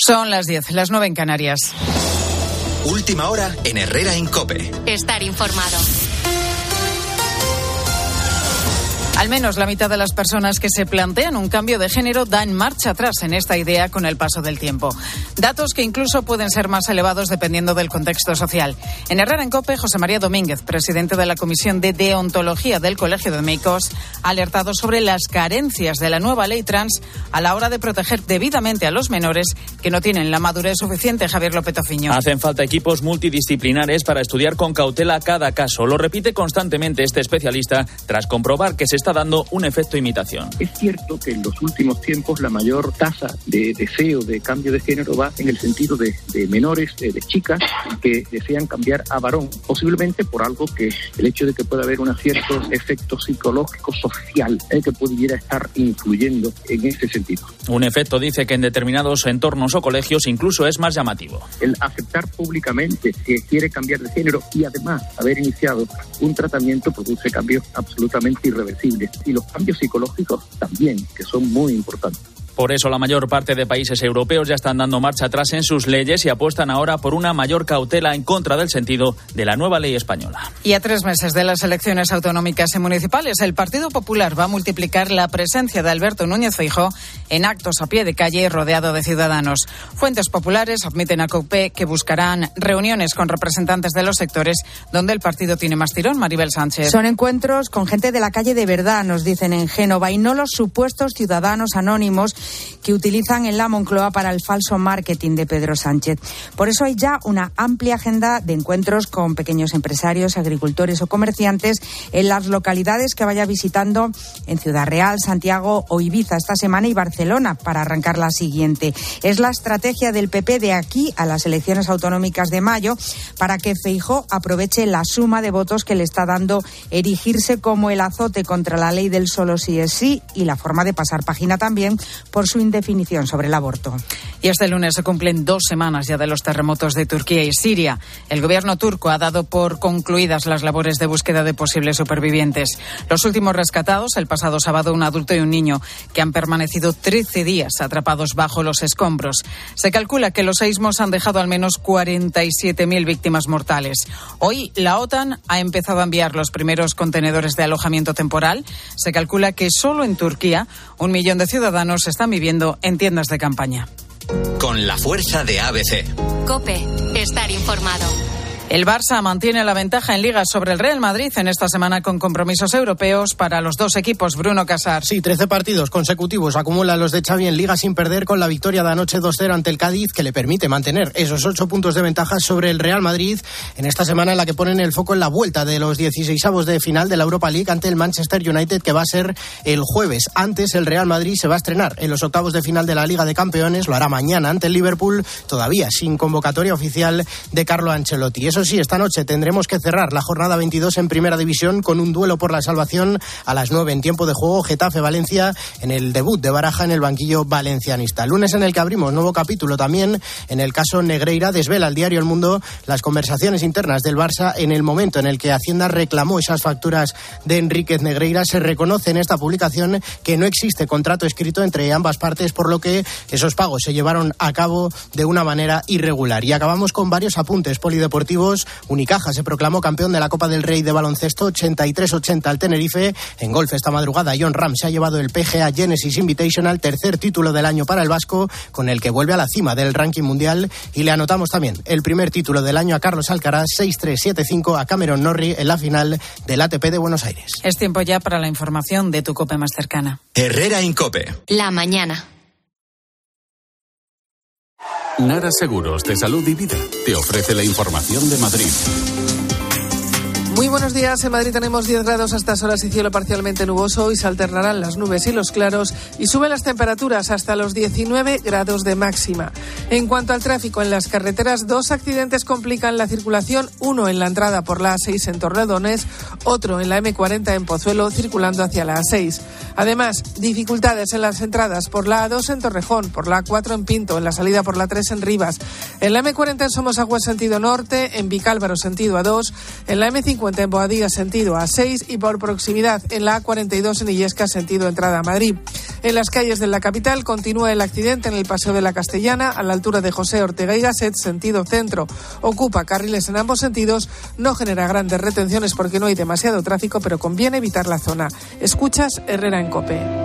Son las 10, las 9 en Canarias. Última hora en Herrera en COPE. Estar informado. Al menos la mitad de las personas que se plantean un cambio de género dan marcha atrás en esta idea con el paso del tiempo. Datos que incluso pueden ser más elevados dependiendo del contexto social. En Herrera en COPE, José María Domínguez, presidente de la Comisión de Deontología del Colegio de Médicos, ha alertado sobre las carencias de la nueva ley trans a la hora de proteger debidamente a los menores que no tienen la madurez suficiente. Javier López Tofiño. Hacen falta equipos multidisciplinares para estudiar con cautela cada caso. Lo repite constantemente este especialista tras comprobar que se está dando un efecto imitación. Es cierto que en los últimos tiempos la mayor tasa de deseo de cambio de género va en el sentido de menores, de chicas que desean cambiar a varón, posiblemente por algo que el hecho de que pueda haber un cierto efecto psicológico social que pudiera estar influyendo en ese sentido. Un efecto, dice, que en determinados entornos o colegios incluso es más llamativo. El aceptar públicamente que quiere cambiar de género y además haber iniciado un tratamiento produce cambios absolutamente irreversibles. Y los cambios psicológicos también, que son muy importantes. Por eso la mayor parte de países europeos ya están dando marcha atrás en sus leyes y apuestan ahora por una mayor cautela en contra del sentido de la nueva ley española. Y a 3 meses de las elecciones autonómicas y municipales, el Partido Popular va a multiplicar la presencia de Alberto Núñez Feijóo en actos a pie de calle rodeado de ciudadanos. Fuentes populares admiten a COPE que buscarán reuniones con representantes de los sectores donde el partido tiene más tirón. Maribel Sánchez. Son encuentros con gente de la calle de verdad, nos dicen en Génova, y no los supuestos ciudadanos anónimos que utilizan en la Moncloa para el falso marketing de Pedro Sánchez. Por eso hay ya una amplia agenda de encuentros con pequeños empresarios, agricultores o comerciantes en las localidades que vaya visitando en Ciudad Real, Santiago o Ibiza esta semana y Barcelona para arrancar la siguiente. Es la estrategia del PP de aquí a las elecciones autonómicas de mayo para que Feijóo aproveche la suma de votos que le está dando erigirse como el azote contra la ley del solo sí es sí y la forma de pasar página también por su indefinición sobre el aborto. Y este lunes se cumplen 2 semanas ya de los terremotos de Turquía y Siria. El gobierno turco ha dado por concluidas las labores de búsqueda de posibles supervivientes. Los últimos rescatados, el pasado sábado, un adulto y un niño, que han permanecido 13 días atrapados bajo los escombros. Se calcula que los seísmos han dejado al menos 47.000 víctimas mortales. Hoy la OTAN ha empezado a enviar los primeros contenedores de alojamiento temporal. Se calcula que solo en Turquía 1 millón de ciudadanos están viviendo en tiendas de campaña. Con la fuerza de ABC. COPE. Estar informado. El Barça mantiene la ventaja en Liga sobre el Real Madrid en esta semana con compromisos europeos para los dos equipos. Bruno Casar. Sí, 13 partidos consecutivos acumulan los de Xavi en Liga sin perder, con la victoria de anoche 2-0 ante el Cádiz, que le permite mantener esos 8 puntos de ventaja sobre el Real Madrid en esta semana en la que ponen el foco en la vuelta de los 16avos de final de la Europa League ante el Manchester United, que va a ser el jueves. Antes, el Real Madrid se va a estrenar en los octavos de final de la Liga de Campeones. Lo hará mañana ante el Liverpool, todavía sin convocatoria oficial de Carlo Ancelotti. Eso sí, esta noche tendremos que cerrar la jornada 22 en Primera División con un duelo por la salvación a las 9 en tiempo de juego. Getafe-Valencia en el debut de Baraja en el banquillo valencianista. Lunes en el que abrimos nuevo capítulo también en el caso Negreira. Desvela el diario El Mundo las conversaciones internas del Barça en el momento en el que Hacienda reclamó esas facturas de Enríquez Negreira. Se reconoce en esta publicación que no existe contrato escrito entre ambas partes, por lo que esos pagos se llevaron a cabo de una manera irregular. Y acabamos con varios apuntes polideportivos. Unicaja se proclamó campeón de la Copa del Rey de baloncesto, 83-80 al Tenerife. En golf esta madrugada Jon Rahm se ha llevado el PGA Genesis Invitational, tercer título del año para el vasco, con el que vuelve a la cima del ranking mundial. Y le anotamos también el primer título del año a Carlos Alcaraz, 6-3, 7-5 a Cameron Norrie en la final del ATP de Buenos Aires. Es tiempo ya para la información de tu COPE más cercana. Herrera en COPE. La mañana. Nara Seguros de Salud y Vida te ofrece la información de Madrid. Muy buenos días. En Madrid tenemos 10 grados a estas horas y cielo parcialmente nuboso, y se alternarán las nubes y los claros y suben las temperaturas hasta los 19 grados de máxima. En cuanto al tráfico en las carreteras, 2 accidentes complican la circulación, uno en la entrada por la A6 en Torrelodones, otro en la M40 en Pozuelo circulando hacia la A6. Además, dificultades en las entradas por la A2 en Torrejón, por la A4 en Pinto, en la salida por la 3 en Rivas, en la M40 en Somosaguas sentido norte, en Vicálvaro sentido A2, en la M50 en Boadilla sentido A6 y por proximidad en la A42 en Illescas sentido entrada a Madrid. En las calles de la capital continúa el accidente en el Paseo de la Castellana a la altura altura de José Ortega y Gasset, sentido centro. Ocupa carriles en ambos sentidos, no genera grandes retenciones porque no hay demasiado tráfico, pero conviene evitar la zona. Escuchas Herrera en COPE.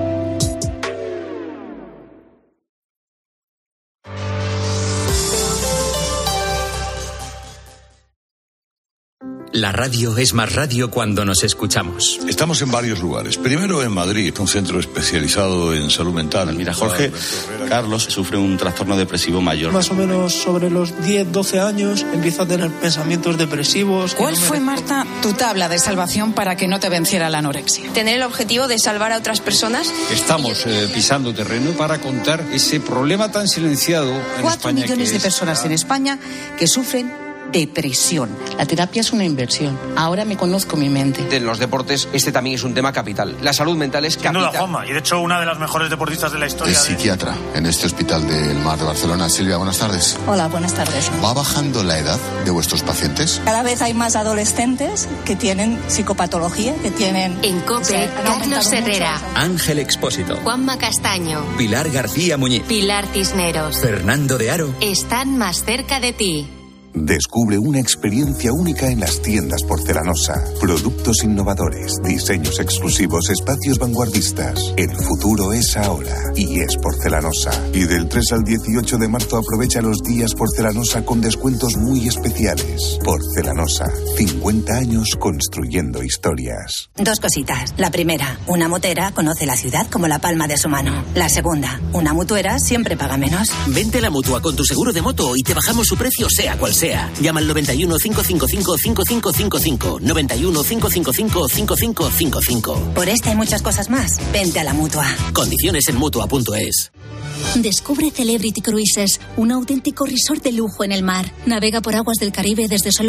La radio es más radio cuando nos escuchamos. Estamos en varios lugares. Primero en Madrid, un centro especializado en salud mental. Mira, Jorge, Carlos sufre un trastorno depresivo mayor. Más o menos sobre los 10-12 años empieza a tener pensamientos depresivos. ¿Cuál fue, Marta, tu tabla de salvación para que no te venciera la anorexia? Tener el objetivo de salvar a otras personas. Estamos pisando terreno para contar ese problema tan silenciado en España. 4 millones de personas en España que sufren depresión. La terapia es una inversión. Ahora me conozco mi mente. De los deportes, este también es un tema capital. La salud mental es capital. Sin duda, Juanma, y de hecho una de las mejores deportistas de la historia. Es psiquiatra en este Hospital del Mar de Barcelona. Silvia, buenas tardes. Hola, buenas tardes. ¿Va bajando la edad de vuestros pacientes? Cada vez hay más adolescentes que tienen psicopatología, que tienen... En COPE, Carlos Herrera, Ángel Expósito, Juanma Castaño, Pilar García Muñiz, Pilar Cisneros, Fernando de Aro. Están más cerca de ti. Descubre una experiencia única en las tiendas Porcelanosa. Productos innovadores, diseños exclusivos, espacios vanguardistas. El futuro es ahora y es Porcelanosa. Y del 3 al 18 de marzo aprovecha los días Porcelanosa con descuentos muy especiales. Porcelanosa, 50 años construyendo historias. 2 cositas. La primera, una motera conoce la ciudad como la palma de su mano. La segunda, una mutuera siempre paga menos. Vente a la Mutua con tu seguro de moto y te bajamos su precio sea cual sea. Llama al 91 555 5555. 91 555 5555. Por esta y muchas cosas más, vente a la Mutua. Condiciones en Mutua.es. Descubre Celebrity Cruises, un auténtico resort de lujo en el mar. Navega por aguas del Caribe desde solo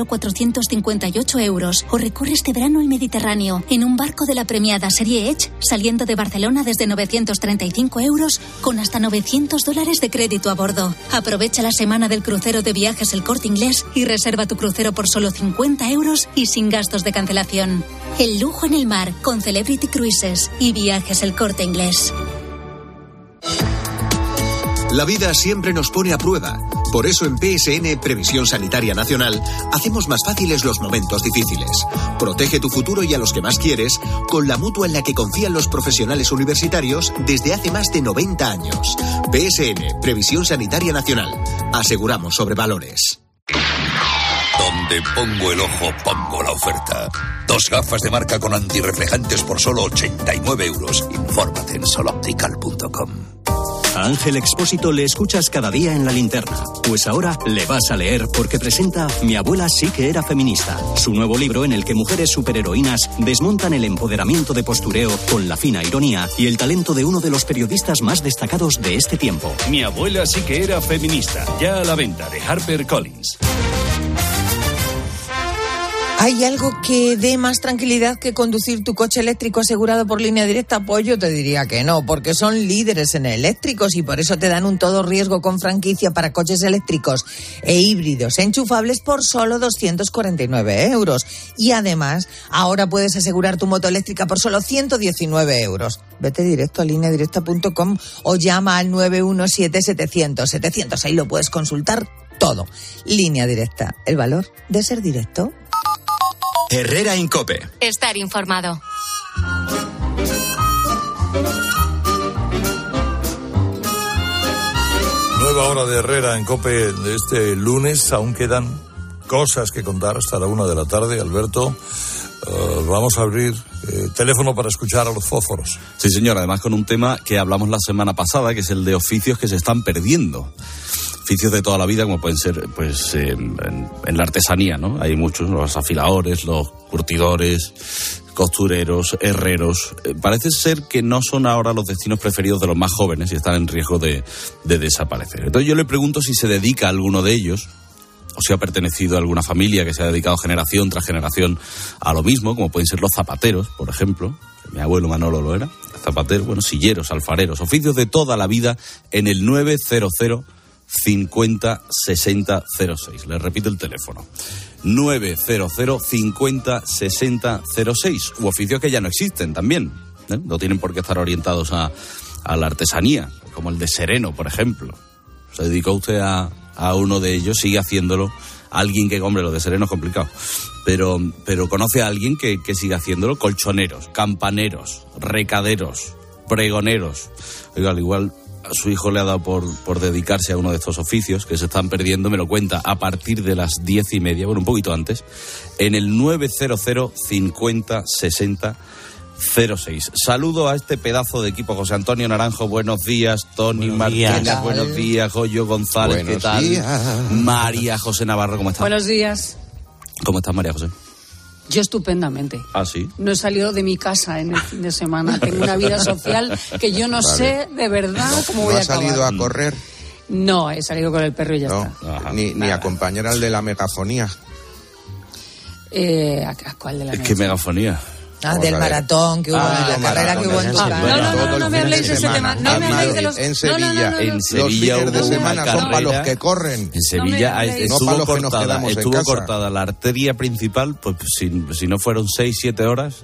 458 euros o recorre este verano el Mediterráneo en un barco de la premiada serie Edge, saliendo de Barcelona desde 935 euros con hasta $900 de crédito a bordo. Aprovecha la semana del crucero de Viajes El Corte Inglés y reserva tu crucero por solo 50 euros y sin gastos de cancelación. El lujo en el mar con Celebrity Cruises y Viajes El Corte Inglés. La vida siempre nos pone a prueba. Por eso en PSN, Previsión Sanitaria Nacional, hacemos más fáciles los momentos difíciles. Protege tu futuro y a los que más quieres con la mutua en la que confían los profesionales universitarios desde hace más de 90 años. PSN, Previsión Sanitaria Nacional. Aseguramos sobre valores. Donde pongo el ojo, pongo la oferta. 2 gafas de marca con antirreflejantes por solo 89 euros. Infórmate en soloptical.com. A Ángel Expósito le escuchas cada día en La Linterna. Pues ahora le vas a leer porque presenta Mi abuela sí que era feminista. Su nuevo libro en el que mujeres superheroínas desmontan el empoderamiento de postureo con la fina ironía y el talento de uno de los periodistas más destacados de este tiempo. Mi abuela sí que era feminista. Ya a la venta de HarperCollins. ¿Hay algo que dé más tranquilidad que conducir tu coche eléctrico asegurado por Línea Directa? Pues yo te diría que no, porque son líderes en eléctricos y por eso te dan un todo riesgo con franquicia para coches eléctricos e híbridos enchufables por solo 249 euros. Y además, ahora puedes asegurar tu moto eléctrica por solo 119 euros. Vete directo a lineadirecta.com o llama al 917-700-700. Ahí lo puedes consultar todo. Línea Directa, el valor de ser directo. Herrera en COPE. Estar informado. Nueva hora de Herrera en COPE de este lunes. Aún quedan cosas que contar hasta la 1 de la tarde, Alberto. Vamos a abrir teléfono para escuchar a los fósforos. Sí, señor, además con un tema que hablamos la semana pasada, que es el de oficios que se están perdiendo. Oficios de toda la vida, como pueden ser pues en la artesanía, ¿no? Hay muchos, los afiladores, los curtidores, costureros, herreros. Parece ser que no son ahora los destinos preferidos de los más jóvenes y están en riesgo de desaparecer. Entonces yo le pregunto si se dedica a alguno de ellos, o si ha pertenecido a alguna familia que se ha dedicado generación tras generación a lo mismo, como pueden ser los zapateros, por ejemplo. Mi abuelo Manolo lo era, zapatero, bueno, silleros, alfareros, oficios de toda la vida en el 900 50 60 06. Les repito el teléfono. 900 50 60 06. U oficios que ya no existen también, No tienen por qué estar orientados a la artesanía, como el de sereno, por ejemplo. Se dedicó usted a uno de ellos, sigue haciéndolo. Alguien que, hombre, lo de sereno es complicado, pero conoce a alguien que sigue haciéndolo. Colchoneros, campaneros, recaderos, pregoneros. Oiga, al igual a su hijo le ha dado por dedicarse a uno de estos oficios que se están perdiendo. Me lo cuenta a partir de las 10:30, bueno, un poquito antes, en el 900 50 60 06. Saludo a este pedazo de equipo. José Antonio Naranjo, buenos días. Tony Martínez, buenos días. Goyo González, ¿qué tal? María José Navarro, ¿cómo estás? Buenos días. ¿Cómo estás, María José? Yo estupendamente. ¿Ah, sí? No he salido de mi casa en el fin de semana. Tengo una vida social que yo no sé de verdad cómo voy a acabar. ¿No has salido a correr? No, he salido con el perro y ya está. Ajá. Ni acompañar al de la megafonía. ¿A cuál de la megafonía? ¿Qué megafonía? Del maratón que hubo, la carrera que hubo en tu casa. No me habléis de ese tema. No me habléis de los... En Sevilla, en Sevilla los fines de semana son para los que corren. En Sevilla estuvo cortada la arteria principal, pues si no fueron 6-7 horas...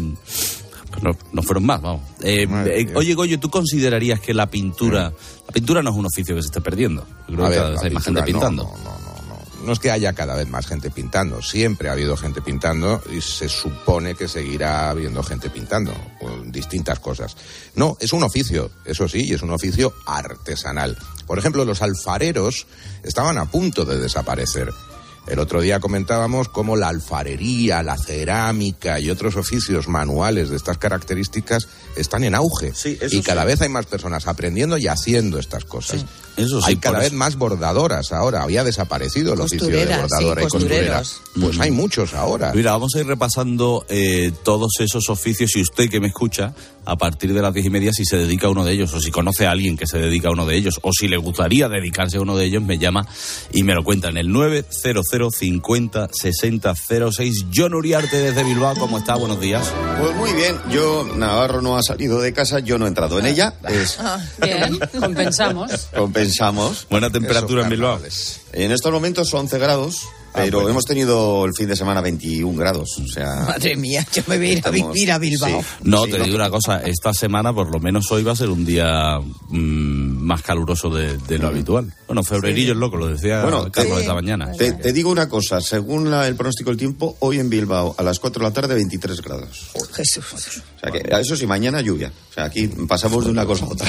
No fueron más, vamos. Oye, Goyo, ¿tú considerarías que la pintura no es un oficio que se esté perdiendo? Yo creo que cada vez hay más gente pintando. No es que haya cada vez más gente pintando, siempre ha habido gente pintando y se supone que seguirá habiendo gente pintando, con distintas cosas. No, es un oficio, eso sí, y es un oficio artesanal. Por ejemplo, los alfareros estaban a punto de desaparecer. El otro día comentábamos cómo la alfarería, la cerámica y otros oficios manuales de estas características están en auge. Sí, y cada vez hay más personas aprendiendo y haciendo estas cosas. Sí. Eso sí, hay cada vez más bordadoras ahora. Había desaparecido el oficio de bordadora y costurera. Pues hay muchos ahora. Mira, vamos a ir repasando todos esos oficios. Y usted que me escucha, a partir de las 10:30, si se dedica a uno de ellos, o si conoce a alguien que se dedica a uno de ellos, o si le gustaría dedicarse a uno de ellos, me llama y me lo cuenta en el 900 50 60 06. John Uriarte desde Bilbao, ¿cómo está? Buenos días. Pues muy bien. Navarro no ha salido de casa, yo no he entrado en ella. Bien, compensamos. Buena temperatura en Bilbao. En estos momentos son 11 grados, pero hemos tenido el fin de semana 21 grados. O sea, madre mía, yo me voy a ir a vivir a Bilbao. Sí. No, te digo una cosa, esta semana, por lo menos hoy, va a ser un día más caluroso de lo habitual. Bueno, febrerillo es loco, lo decía Carlos esta mañana. Te digo una cosa, según el pronóstico del tiempo, hoy en Bilbao, a las 4 de la tarde, 23 grados. Jesús. O sea, que eso sí, mañana lluvia. O sea, aquí pasamos de una cosa a otra.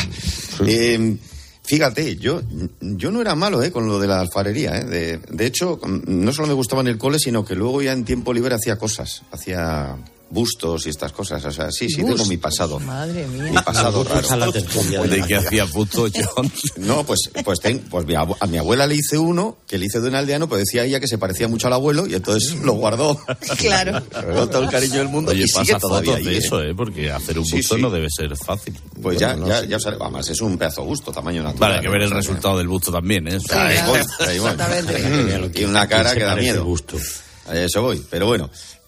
Fíjate, yo no era malo con lo de la alfarería. De hecho, no solo me gustaba en el cole, sino que luego ya en tiempo libre hacía cosas. Hacía bustos y estas cosas. O sea, sí, tengo mi pasado. Madre mía. Mi pasado raro. ¿De qué hacía bustos, John? No, pues a mi abuela le hice uno, que le hice de un aldeano, pues decía ella que se parecía mucho al abuelo, y entonces lo guardó. Claro. Con todo el cariño del mundo. Oye, y pasa sigue todavía fotos de eso, porque hacer un busto no debe ser fácil. Pues ya sabes, además es un pedazo de busto, tamaño natural. Vale, hay que ver el resultado del busto también, ¿eh? Ahí voy. Y una cara que da miedo. A eso voy, pero bueno.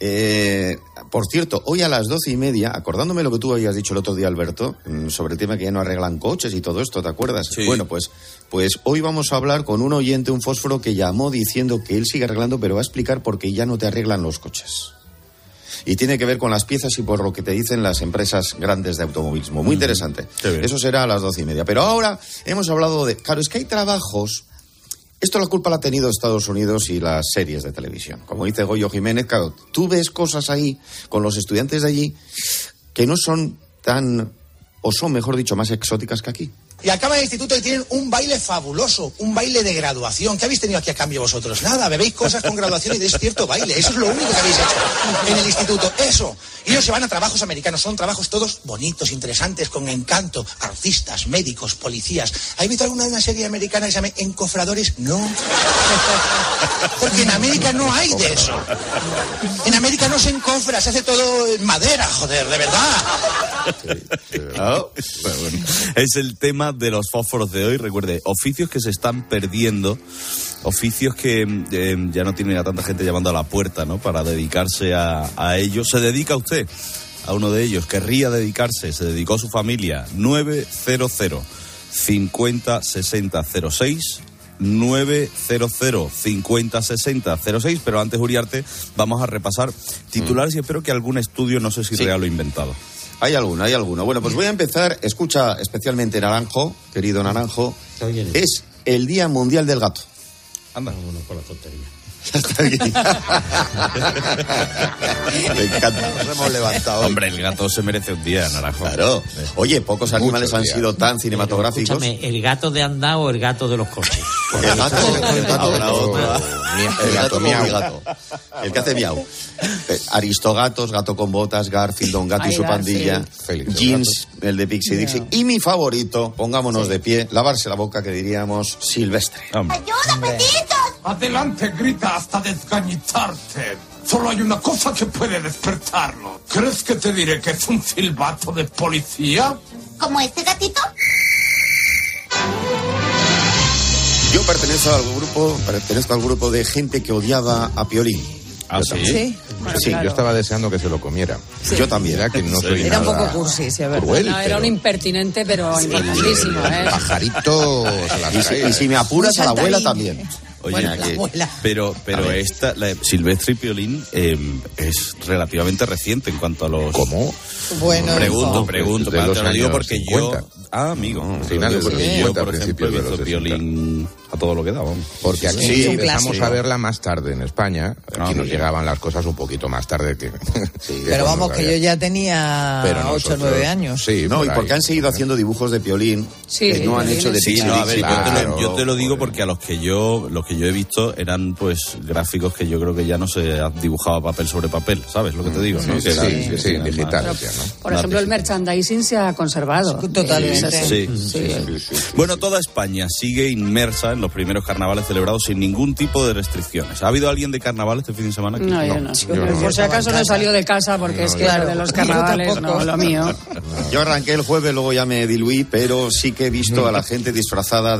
Por cierto, hoy a las 12:30, acordándome lo que tú habías dicho el otro día, Alberto, sobre el tema que ya no arreglan coches y todo esto, ¿te acuerdas? Sí. Bueno, pues hoy vamos a hablar con un oyente, un fósforo, que llamó diciendo que él sigue arreglando, pero va a explicar por qué ya no te arreglan los coches. Y tiene que ver con las piezas y por lo que te dicen las empresas grandes de automovilismo. Muy interesante. Eso será a las 12:30. Pero ahora hemos hablado de... Claro, es que hay trabajos... Esto la culpa la ha tenido Estados Unidos y las series de televisión. Como dice Goyo Jiménez, claro, tú ves cosas ahí con los estudiantes de allí que no son tan, o son, mejor dicho, más exóticas que aquí. Y acaban el instituto y tienen un baile fabuloso, un baile de graduación. ¿Qué habéis tenido aquí a cambio vosotros? Nada, bebéis cosas con graduación y deis cierto baile. Eso es lo único que habéis hecho en el instituto. Eso. Y ellos se van a trabajos americanos. Son trabajos todos bonitos, interesantes, con encanto. Artistas, médicos, policías. ¿Habéis visto alguna de una serie americana que se llame Encofradores? No. Porque en América no hay de eso. En América no se encofra, se hace todo en madera, joder, de verdad. Bueno, es el tema de los fósforos de hoy. Recuerde, oficios que se están perdiendo, oficios que ya no tienen a tanta gente llamando a la puerta, ¿no? Para dedicarse a ellos. ¿Se dedica usted a uno de ellos? ¿Querría dedicarse? ¿Se dedicó a su familia? 900 50 60 06. 900 50 60 06. Pero antes, Uriarte, vamos a repasar titulares y espero que algún estudio, no sé si real o inventado. Hay alguno. Bueno, pues voy a empezar. Escucha especialmente Naranjo, querido Naranjo. Es el Día Mundial del Gato. Anda. Vámonos con la tontería. Me encanta, nos hemos levantado hoy. Hombre, el gato se merece un día, Naranjo. Claro. Oye, pocos animales han sido tan cinematográficos. Escúchame, ¿el gato de Andao o el gato de los coches? El gato miau. El que hace miau. Aristogatos, Gato con Botas, Garfield, Don Gato y su pandilla, Jeans, el de Pixie Dixie. Y mi favorito, pongámonos de pie, lavarse la boca, que diríamos Silvestre. ¡Ayuda, Pepito! Adelante, grita hasta desgañitarte. Solo hay una cosa que puede despertarlo. ¿Crees que te diré que es un silbato de policía? ¿Como este gatito? Yo pertenezco al grupo de gente que odiaba a Piolín. ¿Ah, sí? Sí. Bueno, Sí, claro. yo estaba deseando que se lo comiera. Sí. Yo también. Era que no soy Era un nada poco cursi, sí, a ver. cruel, No, era pero un impertinente, pero importantísimo, ¿eh? pajarito se las trae. Y si me apuras, Muy a la abuela saltarín. también. Oye, Bueno, la abuela. pero esta, la de Silvestre y Piolín, es relativamente reciente en cuanto a los... ¿Cómo? Bueno, Pregunto, de los te lo digo años porque 50. yo... Ah, amigo. Finales de los porque 50, yo, por ejemplo, principios he de los visto 60. Piolín a todo lo que daba. Porque aquí Sí, un empezamos clásico. a verla más tarde en España. Aquí nos llegaban las cosas un poquito más tarde que... Pero vamos, que yo ya tenía 8 o 9 años. Sí, No, por y porque ahí. han seguido haciendo dibujos de Piolín Sí, que no han Piolín hecho de es- Sí, Pixie no, a ver, Dixie. claro, yo te lo digo joder. porque a los que yo he visto eran pues gráficos que yo creo que ya no se ha dibujado papel sobre papel, ¿sabes lo que te digo? ¿no? Sí, Que eran- sí, que sí, eran digitales más- ya, ¿no? Por ejemplo, el merchandising se ha conservado. Totalmente. Sí, Sí. Bueno, toda España sigue inmersa en los primeros carnavales celebrados sin ningún tipo de restricciones. ¿Ha habido alguien de carnaval este fin de semana? aquí? No, yo no. yo no. Por si acaso no salió de casa porque es que claro. de los Yo carnavales, tampoco. no, lo mío. Yo arranqué el jueves, luego ya me diluí, pero sí que he visto a la gente disfrazada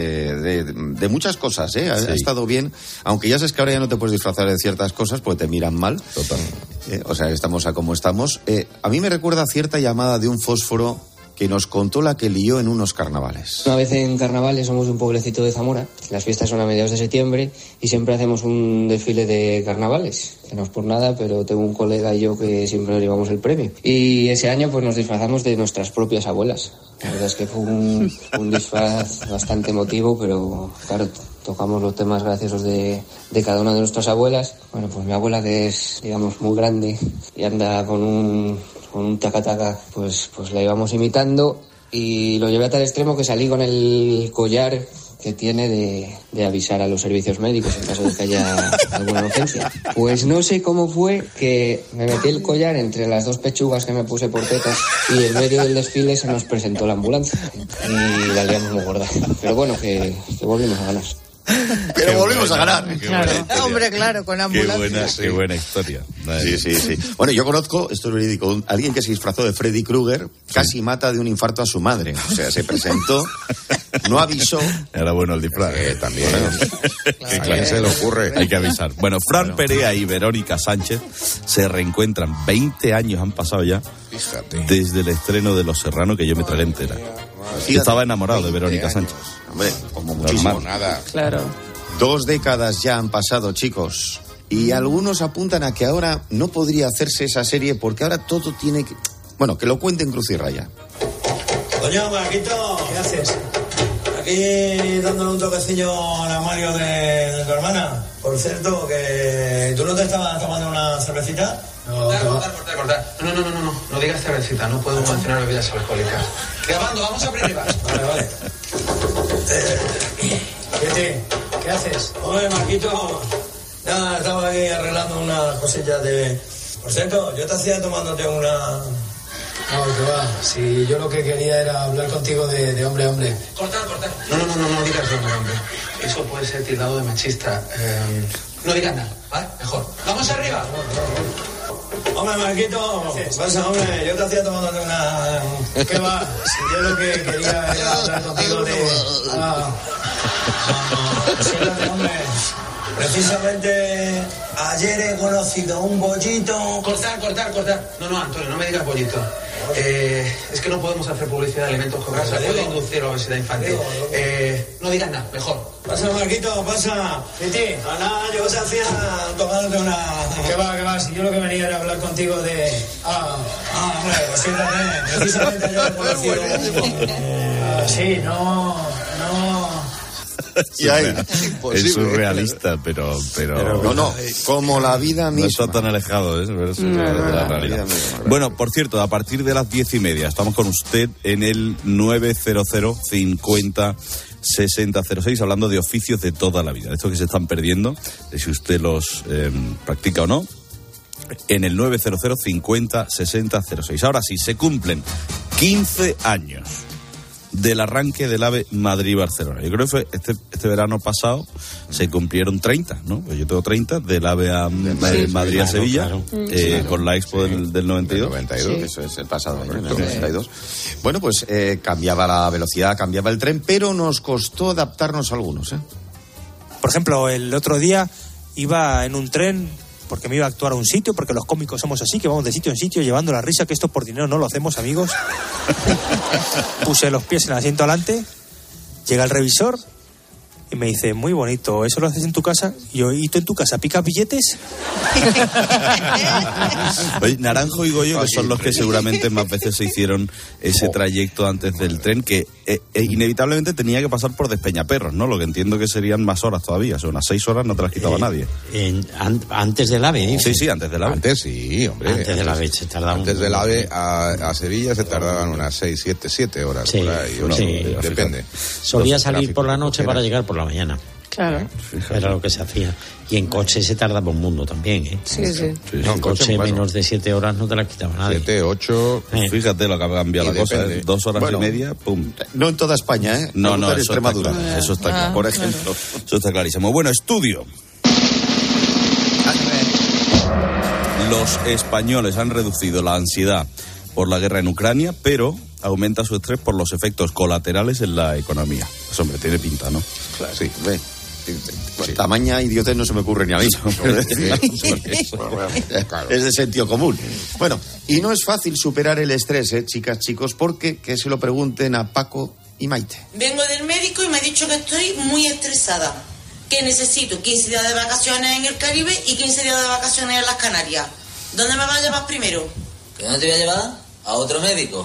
de muchas cosas, ¿eh? Ha estado bien, aunque ya sabes que ahora ya no te puedes disfrazar de ciertas cosas porque te miran mal. Total. O sea, estamos a como estamos. A mí me recuerda cierta llamada de un fósforo que nos contó la que lió en unos carnavales. Una vez en carnavales somos de un pueblecito de Zamora, las fiestas son a mediados de septiembre y siempre hacemos un desfile de carnavales. Que no es por nada, pero tengo un colega y yo que siempre nos llevamos el premio. Y ese año pues nos disfrazamos de nuestras propias abuelas. La verdad es que fue un disfraz bastante emotivo, pero claro, tocamos los temas graciosos de cada una de nuestras abuelas. Bueno, pues mi abuela, que es, digamos, muy grande y anda con un taca-taca, pues la íbamos imitando y lo llevé a tal extremo que salí con el collar que tiene de avisar a los servicios médicos en caso de que haya alguna urgencia. Pues no sé cómo fue que me metí el collar entre las dos pechugas que me puse por tetas y en medio del desfile se nos presentó la ambulancia y la liamos muy gorda. Pero bueno, que volvimos a ganar. Pero volvimos a ganar. Hombre, claro, con ambulancia. Qué buena historia. Sí. Bueno, yo conozco, esto es verídico, alguien que se disfrazó de Freddy Krueger, casi mata de un infarto a su madre. O sea, se presentó, no avisó. Era bueno el disfraz. También. ¿A quién se le ocurre? Hay que avisar. Bueno, Fran Perea y Verónica Sánchez se reencuentran. 20 años han pasado ya. Fíjate. Desde el estreno de Los Serrano, que yo me traeré entera. Fíjate, Estaba enamorado de Verónica 20 años. Sánchez. Hombre, como muchísimo. Normal. Nada. Claro. 2 décadas ya han pasado, chicos. Y algunos apuntan a que ahora no podría hacerse esa serie porque ahora todo tiene que... Bueno, que lo cuenten Cruz y Raya. Coño, Marquito, ¿qué haces? Aquí dándole un toquecillo al armario de tu hermana. Por cierto, que tú no te estabas tomando una cervecita. Cortar. No digas cervecita, no puedo mencionar bebidas alcohólicas. Grabando, vamos a primera. Vale. ¿Qué haces? Oye, Marquito, nada, estaba aquí arreglando unas cosillas de... Por cierto, yo te hacía tomándote una... No, que va. Si yo lo que quería era hablar contigo de hombre a hombre. Cortar. No digas hombre. Eso puede ser tildado de machista. No digas nada, ¿vale? Mejor. ¡Vamos arriba! Hombre, Marquito, pasa, hombre, yo te hacía tomándote una... ¿Qué va? Si yo lo que quería era hablar contigo de... Siéntate, hombre. Precisamente ayer he conocido un bollito... Cortar. No, Antonio, no me digas bollito. Es que no podemos hacer publicidad de alimentos con grasa, puede inducir a obesidad infantil. No digas nada, mejor. Pasa, Marquito, pasa. Titi, nada, yo te hacía tomándote una... ¿Qué va? Si yo lo que venía era hablar contigo de... hombre, pues siéntate. Precisamente yo he conocido... Sí, no... Es surrealista, pero no, como la vida misma. No está tan alejado, de la realidad. Bueno, por cierto, a partir de las 10:30 estamos con usted en el 900 50 60 06, hablando de oficios de toda la vida, estos que se están perdiendo, de si usted los practica o no, en el 900 50 60 06. Ahora sí, se cumplen 15 años del arranque del AVE Madrid-Barcelona. Yo creo que fue este verano pasado se cumplieron 30, ¿no? Pues yo tengo 30 del AVE a Madrid a Sevilla, claro. Con la Expo del 92. Sí. Eso es el pasado año, el 92. Bueno, pues cambiaba la velocidad, cambiaba el tren, pero nos costó adaptarnos a algunos, ¿eh? Por ejemplo, el otro día iba en un tren porque me iba a actuar a un sitio, porque los cómicos somos así, que vamos de sitio en sitio llevando la risa, que esto por dinero no lo hacemos, amigos. Puse los pies en el asiento delante, llega el revisor y me dice, muy bonito, ¿eso lo haces en tu casa? Y yo, ¿y tú en tu casa picas billetes? Oye, Naranjo y Goyo, que son los que seguramente más veces se hicieron ese trayecto antes del tren, que inevitablemente tenía que pasar por Despeñaperros, ¿no? Lo que entiendo que serían más horas todavía, o sea, unas 6 horas no te las quitaba nadie. Antes del AVE, ¿eh? Sí, antes del AVE. Antes sí, hombre. Antes del AVE se tardaba. Antes del AVE a Sevilla se tardaban unas 6, 7 horas. Sí, por ahí, depende. Solía salir por la noche para llegar por la mañana. Claro. Era lo que se hacía. Y en coche se tardaba un mundo también, ¿eh? Sí. En coche menos de 7 horas no te la quitaba nadie. 7, 8... Fíjate lo que ha cambiado la cosa, 2 horas y media, pum. No en toda España, ¿eh? No, en Extremadura. Eso está claro. Por ejemplo, eso está clarísimo. Bueno, estudio. Los españoles han reducido la ansiedad por la guerra en Ucrania, pero aumenta su estrés por los efectos colaterales en la economía. Pues hombre, tiene pinta, ¿no? Claro. Sí, ve. Tamaña idiotez no se me ocurre ni a mí. Es de sentido común. Bueno, y no es fácil superar el estrés, chicas, chicos, porque que se lo pregunten a Paco y Maite. Vengo del médico y me ha dicho que estoy muy estresada, que necesito 15 días de vacaciones en el Caribe y 15 días de vacaciones en las Canarias. ¿Dónde me vas a llevar primero? ¿Que no te voy a llevar? ¿A otro médico?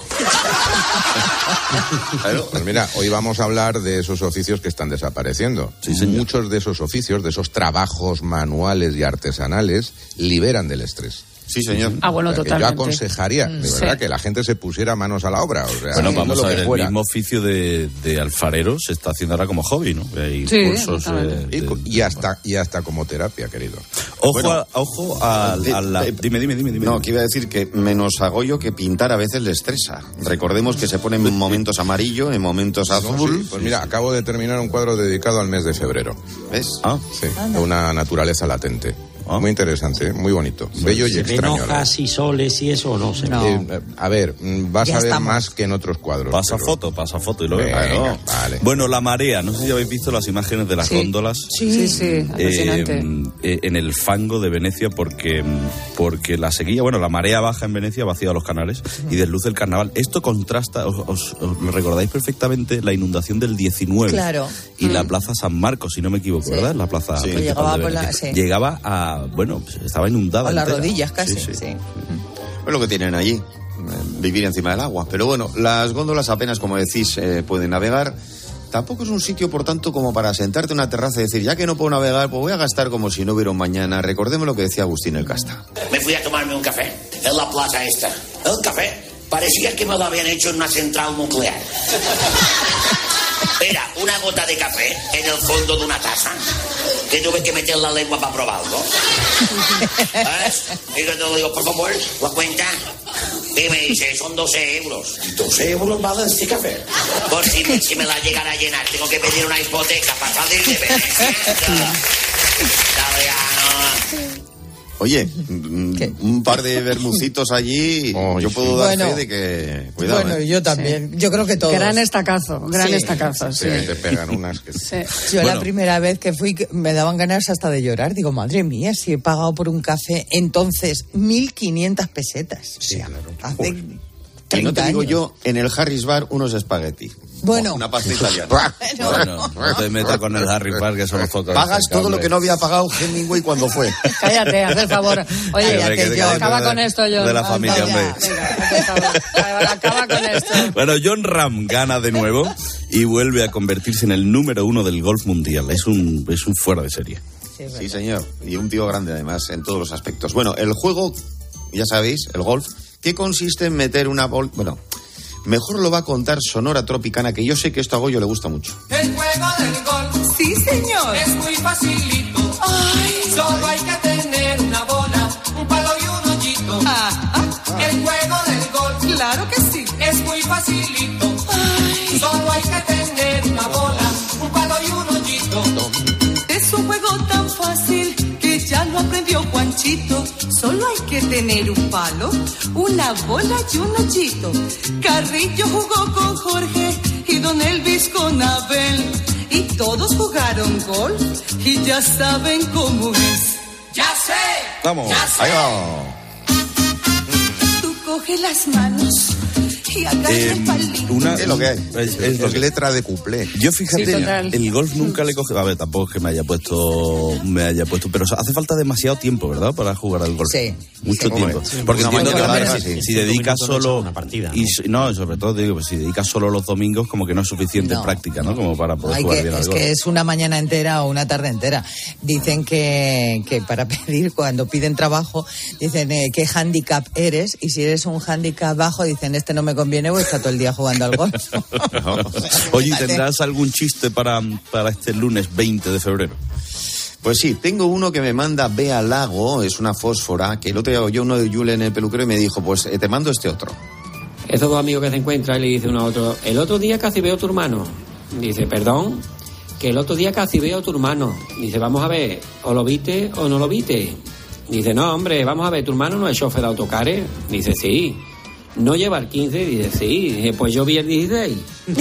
Pues mira, hoy vamos a hablar de esos oficios que están desapareciendo. Sí, muchos de esos oficios, de esos trabajos manuales y artesanales, liberan del estrés. Sí, señor. Bueno, totalmente. Yo aconsejaría, de verdad, que la gente se pusiera manos a la obra. O sea, bueno, vamos a ver, el mismo oficio de alfarero se está haciendo ahora como hobby, ¿no? Hay cursos... y hasta como terapia, querido. Ojo a la... Dime. No, que iba a decir que menos a Goyo, que pintar a veces le estresa. Recordemos que se pone en momentos amarillo, en momentos azul. Sí, pues mira, acabo de terminar un cuadro dedicado al mes de febrero. ¿Ves? Sí, de una naturaleza latente. Muy interesante, muy bonito, bello y extraño. ¿Se ven hojas y soles y eso o no? A ver, vas a ver más que en otros cuadros. Pasa foto y lo veo. Vale. Bueno, la marea, no sé si habéis visto las imágenes de las góndolas. Sí, alucinante. En el fango de Venecia porque la sequía, la marea baja en Venecia, vacía los canales y desluce el carnaval. Esto contrasta, os lo recordáis perfectamente, la inundación del 19. Claro. Y la plaza San Marcos, si no me equivoco, ¿verdad? La plaza principal de Venecia. Llegaba a... estaba inundada. A las rodillas casi, sí. Es lo que tienen allí, vivir encima del agua. Pero bueno, las góndolas apenas, como decís, pueden navegar. Tampoco es un sitio, por tanto, como para sentarte en una terraza y decir, ya que no puedo navegar, pues voy a gastar como si no hubiera un mañana. Recordemos lo que decía Agustín el Casta. Me fui a tomarme un café en la plaza esta. El café parecía que me lo habían hecho en una central nuclear. Era una gota de café en el fondo de una taza que tuve que meter la lengua para probarlo. ¿Ves? Y yo te digo, por favor, la cuenta. Y me dice, son 12 euros. 12 euros vale este café. Por si me la llegara a llenar, tengo que pedir una hipoteca para salir de Venecia. Oye, un par de bermucitos allí, yo puedo dar fe de que... Cuidado, bueno, yo también, yo creo que todos. Gran estacazo, sí. Te pegan unas que... Sí. Yo la primera vez que fui me daban ganas hasta de llorar. Digo, madre mía, si he pagado por un café, entonces 1.500 pesetas. O sea, hace 30 y no te digo años. yo, en el Harris Bar, unos espagueti. Bueno. Una pasta italiana. Bueno, no te metas con el Harry Potter, que son los focos. Pagas todo lo que no había pagado Hemingway cuando fue. Cállate, haz el favor. Oye, acaba con esto, John. De la familia, hombre. Acaba con esto. Bueno, Jon Rahm gana de nuevo y vuelve a convertirse en el número 1 del golf mundial. Es un fuera de serie. Sí, señor. Y un tío grande, además, en todos los aspectos. Bueno, el juego, ya sabéis, el golf, ¿qué consiste en meter una bola? Bueno, mejor lo va a contar Sonora Tropicana, que yo sé que esto a Goyo le gusta mucho. El juego del golf. Sí, señor. Es muy facilito. Ay. Solo hay que tener una bola, un palo y un hoyito. El juego del golf. Claro que sí. Es muy facilito. Ay. Solo hay que tener una bola, un palo y un hoyito. Es un juego tan fácil que ya lo aprendió Juanchito. Solo hay que tener un palo, una bola y un hoyito. Carrillo jugó con Jorge y Don Elvis con Abel. Y todos jugaron golf y ya saben cómo es. ¡Ya sé! ¡Vamos! ¡Ya sé! ¡Ahí va! Tú coge las manos y agarra el palito. Es lo que hay. Es letra de cuplé. Yo fíjate, Sí, total. el golf nunca le coge. A ver, tampoco es que me haya puesto, pero hace falta demasiado tiempo, ¿verdad? Para jugar al golf. Sí. Mucho tiempo. Sí, Porque una entiendo que mañana a ver, larga, si dedicas solo una partida, ¿no? y no, sobre todo digo, pues, si dedicas solo los domingos, como que no es suficiente No. práctica, ¿no? Como para poder jugar bien al es golf. que es una mañana entera o una tarde entera. Dicen que para pedir, cuando piden trabajo, dicen qué handicap eres, y si eres un handicap bajo, dicen este no me conviene, o está todo el día jugando al golf. Oye, ¿tendrás algún chiste para este lunes 20 de febrero? Pues sí, tengo uno que me manda Bea Lago, es una fósfora, que el otro día oyó uno de Yule en el peluquero y me dijo, pues te mando este otro. Esos dos amigos que se encuentran, le dice uno a otro, el otro día casi veo a tu hermano. Dice, perdón, que el otro día casi veo a tu hermano. Dice, vamos a ver, o lo viste o no lo viste. Dice, no, hombre, vamos a ver, tu hermano no es chofer de autocares. Dice, sí. ¿No lleva el 15? Dice, sí. Dice, pues yo vi el 16.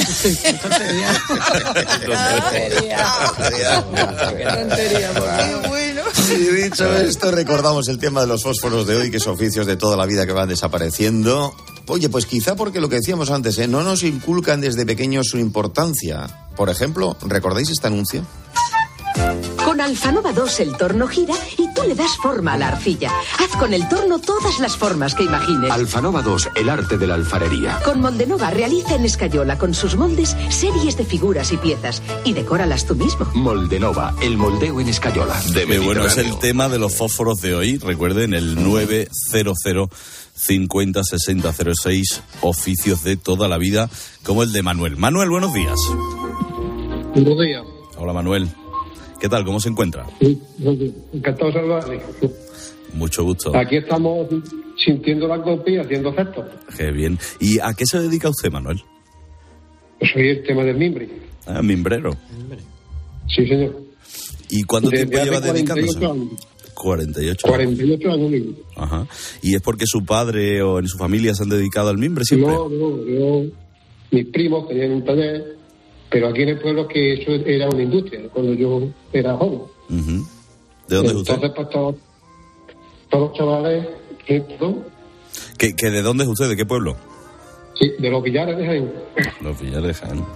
Qué bueno. Y dicho esto, recordamos el tema de los fósforos de hoy, que son oficios de toda la vida que van desapareciendo. Oye, pues quizá porque lo que decíamos antes, no nos inculcan desde pequeños su importancia. Por ejemplo, ¿recordáis este anuncio? Con Alfanova 2 el torno gira y tú le das forma a la arcilla. Haz con el torno todas las formas que imagines. Alfanova 2, el arte de la alfarería. Con Moldenova realiza en escayola con sus moldes series de figuras y piezas y decóralas tú mismo. Moldenova, el moldeo en escayola. Bueno, es el tema de los fósforos de hoy. Recuerden, el 900 50 60 06, oficios de toda la vida, como el de Manuel. Manuel, buenos días. Buenos días. Hola, Manuel. ¿Qué tal? ¿Cómo se encuentra? Sí, encantado de saludarle. Mucho gusto. Aquí estamos sintiendo la golpe y haciendo efectos. Qué bien. ¿Y a qué se dedica usted, Manuel? Yo soy el tema del mimbre. Ah, mimbrero. Sí, señor. ¿Y cuánto Desde tiempo lleva hace 48 dedicándose? años. 48 años. 48 años mismo. Ajá. ¿Y es porque su padre o en su familia se han dedicado al mimbre siempre? No, mis primos tenían un taller, pero aquí en el pueblo que eso era una industria, cuando yo era joven. Uh-huh. ¿De dónde es usted? Entonces, pues todos los chavales, ¿no? ¿Que de dónde es usted? ¿De qué pueblo? Sí, de los Villares de Jaén. Los Villares de Jaén.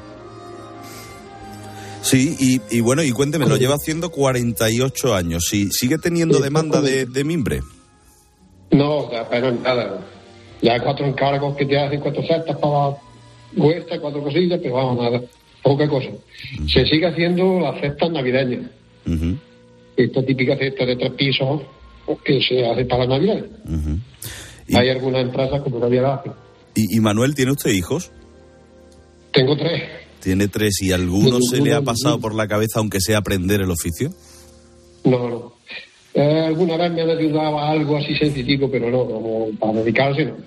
Sí, y bueno, y cuénteme, lo lleva haciendo 48 años. ¿Sí, ¿Sigue teniendo demanda de mimbre? No, apenas nada. Ya hay 4 encargos que te hacen 4 cestas para huerta, 4 cosillas, pero vamos, nada, poca cosa. Se sigue haciendo las cestas navideñas. Uh-huh. Esta típica cesta de 3 pisos que se hace para la Navidad. Uh-huh. Hay algunas empresas que todavía la hacen. ¿Y Manuel, tiene usted hijos? Tengo 3. Tiene 3, ¿y alguno se le ha pasado por la cabeza, aunque sea aprender el oficio? No. Alguna vez me han ayudado a algo así sencillo, pero no, como para dedicarse no.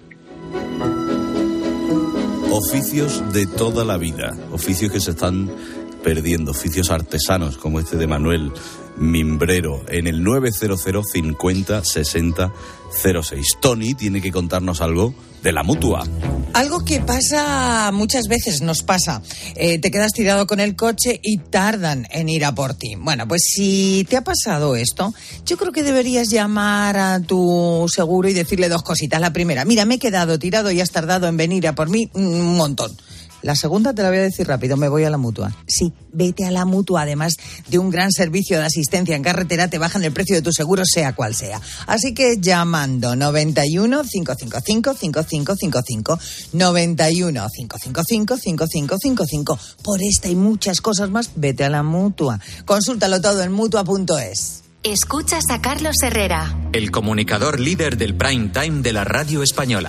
Oficios de toda la vida, oficios que se están perdiendo, oficios artesanos como este de Manuel, mimbrero, en el 900 50 60 06. Tony tiene que contarnos algo de la Mutua. Algo que pasa muchas veces, nos pasa. Te quedas tirado con el coche y tardan en ir a por ti. Bueno, pues si te ha pasado esto, yo creo que deberías llamar a tu seguro y decirle 2 cositas. La primera, mira, me he quedado tirado y has tardado en venir a por mí un montón. La segunda te la voy a decir rápido, me voy a la Mutua. Sí, vete a la Mutua. Además de un gran servicio de asistencia en carretera, te bajan el precio de tu seguro, sea cual sea. Así que llamando 91 555 5555, 91 555 5555. Por esta y muchas cosas más, vete a la Mutua. Consúltalo todo en Mutua.es. Escuchas a Carlos Herrera, el comunicador líder del prime time de la radio española.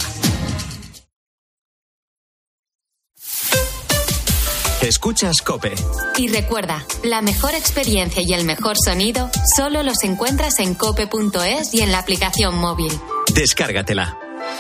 Escuchas COPE. Y recuerda, la mejor experiencia y el mejor sonido solo los encuentras en cope.es y en la aplicación móvil. Descárgatela.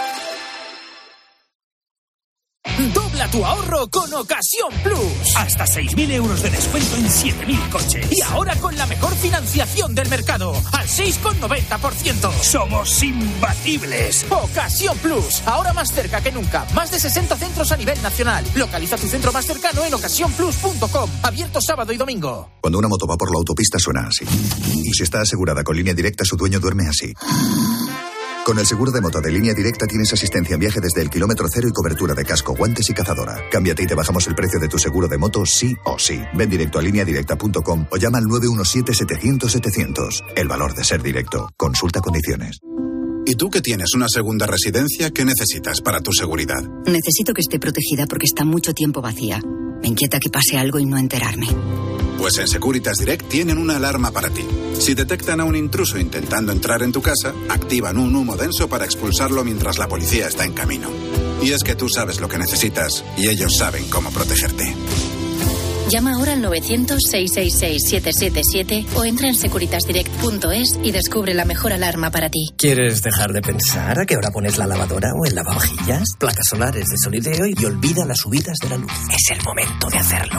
Dobla tu ahorro con Ocasión Plus. Hasta 6.000 euros de descuento en 7.000 coches. Y ahora con la mejor financiación del mercado, al 6,90%. Somos imbatibles. Ocasión Plus, ahora más cerca que nunca. Más de 60 centros a nivel nacional. Localiza tu centro más cercano en ocasiónplus.com. Abierto sábado y domingo. Cuando una moto va por la autopista suena así. Y si está asegurada con Línea Directa, su dueño duerme así. Con el seguro de moto de Línea Directa tienes asistencia en viaje desde el kilómetro cero y cobertura de casco, guantes y cazadora. Cámbiate y te bajamos el precio de tu seguro de moto sí o sí. Ven directo a lineadirecta.com o llama al 917-700-700. El valor de ser directo. Consulta condiciones. ¿Y tú que tienes una segunda residencia, qué necesitas para tu seguridad? Necesito que esté protegida porque está mucho tiempo vacía. Me inquieta que pase algo y no enterarme. Pues en Securitas Direct tienen una alarma para ti. Si detectan a un intruso intentando entrar en tu casa, activan un humo denso para expulsarlo mientras la policía está en camino. Y es que tú sabes lo que necesitas y ellos saben cómo protegerte. Llama ahora al 900-666-777 o entra en securitasdirect.es y descubre la mejor alarma para ti. ¿Quieres dejar de pensar a qué hora pones la lavadora o el lavavajillas? Placas solares de Solideo y olvida las subidas de la luz. Es el momento de hacerlo.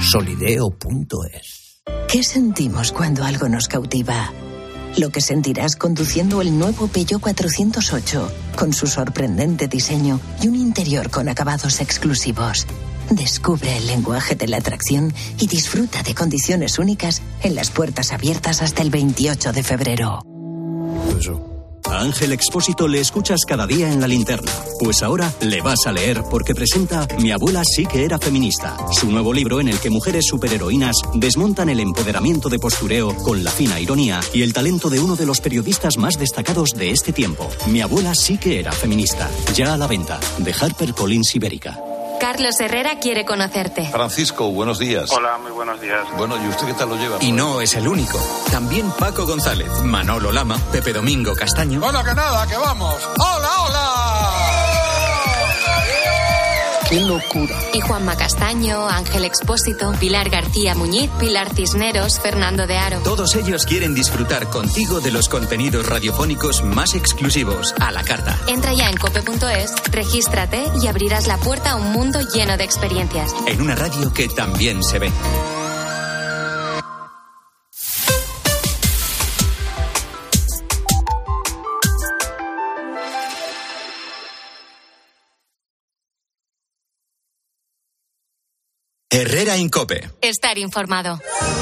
Solideo.es. ¿Qué sentimos cuando algo nos cautiva? Lo que sentirás conduciendo el nuevo Peugeot 408, con su sorprendente diseño y un interior con acabados exclusivos. Descubre el lenguaje de la atracción y disfruta de condiciones únicas en las puertas abiertas hasta el 28 de febrero. A Ángel Expósito le escuchas cada día en La Linterna. Pues ahora le vas a leer porque presenta Mi abuela sí que era feminista, su nuevo libro en el que mujeres superheroínas desmontan el empoderamiento de postureo con la fina ironía y el talento de uno de los periodistas más destacados de este tiempo. Mi abuela sí que era feminista. Ya a la venta, de HarperCollins Ibérica. Carlos Herrera quiere conocerte. Francisco, buenos días. Hola, muy buenos días. Bueno, ¿y usted qué tal lo lleva? Y no es el único. También Paco González, Manolo Lama, Pepe Domingo Castaño. Bueno, que nada, que vamos. ¡Hola, hola! ¡Qué locura! Y Juanma Castaño, Ángel Expósito, Pilar García Muñiz, Pilar Cisneros, Fernando de Aro. Todos ellos quieren disfrutar contigo de los contenidos radiofónicos más exclusivos, a la carta. Entra ya en cope.es, regístrate y abrirás la puerta a un mundo lleno de experiencias. En una radio que también se ve. Herrera en COPE. Estar informado.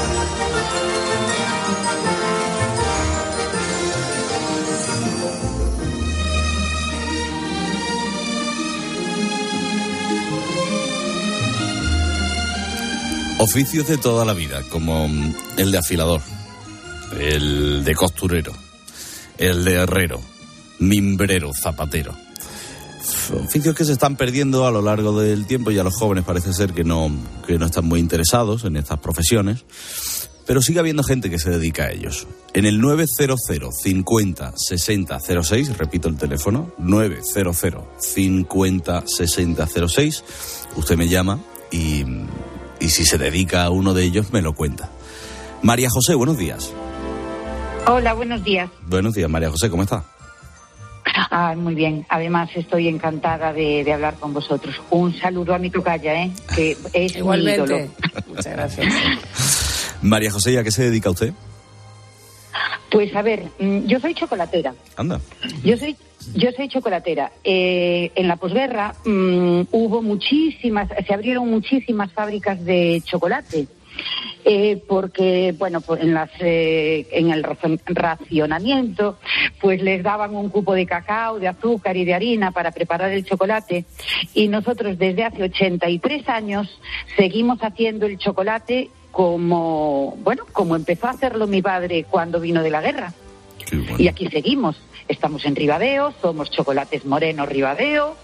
Oficios de toda la vida, como el de afilador, el de costurero, el de herrero, mimbrero, zapatero. Oficios que se están perdiendo a lo largo del tiempo y a los jóvenes parece ser que no están muy interesados en estas profesiones, pero sigue habiendo gente que se dedica a ellos. En el 900 50 60 06, repito el teléfono, 900 50 60 06, usted me llama y si se dedica a uno de ellos me lo cuenta. María José, buenos días. Hola, buenos días. Buenos días, María José, ¿cómo está? Muy bien. Además, estoy encantada de hablar con vosotros. Un saludo a mi tocaya, que es igualmente. Mi ídolo. Muchas gracias. María José, ¿y a qué se dedica usted? Pues a ver, yo soy chocolatera. Anda. Yo soy chocolatera. En la posguerra se abrieron muchísimas fábricas de chocolate. porque, bueno, pues en el racionamiento, pues les daban un cupo de cacao, de azúcar y de harina para preparar el chocolate, y nosotros desde hace 83 años seguimos haciendo el chocolate como empezó a hacerlo mi padre cuando vino de la guerra. Bueno. Y aquí seguimos. Estamos en Ribadeo, somos Chocolates Moreno Ribadeo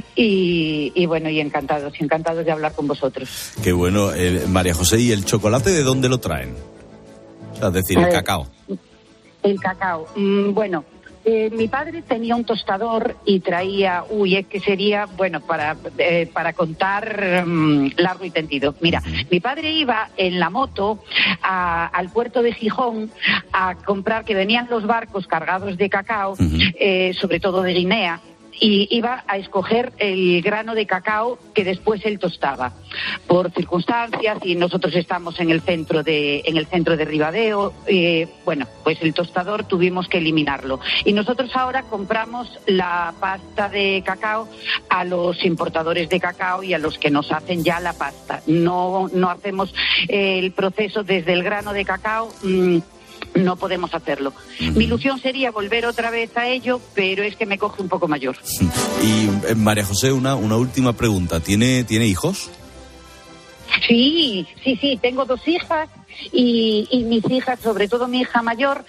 y bueno, y encantados de hablar con vosotros. Qué bueno. María José, ¿y el chocolate de dónde lo traen? O sea, es decir, el cacao. El cacao. Bueno, mi padre tenía un tostador y traía, es que sería, bueno, para contar largo y tendido. Mira, mi padre iba en la moto al puerto de Gijón a comprar, que venían los barcos cargados de cacao, sobre todo de Guinea, y iba a escoger el grano de cacao que después él tostaba. Por circunstancias, y nosotros estamos en el centro de Ribadeo, bueno, pues el tostador tuvimos que eliminarlo. Y nosotros ahora compramos la pasta de cacao a los importadores de cacao y a los que nos hacen ya la pasta. No hacemos el proceso desde el grano de cacao. No podemos hacerlo. Mi ilusión sería volver otra vez a ello, pero es que me coge un poco mayor. Y María José, una última pregunta. ¿Tiene hijos? Sí, tengo 2 hijas y mis hijas, sobre todo mi hija mayor,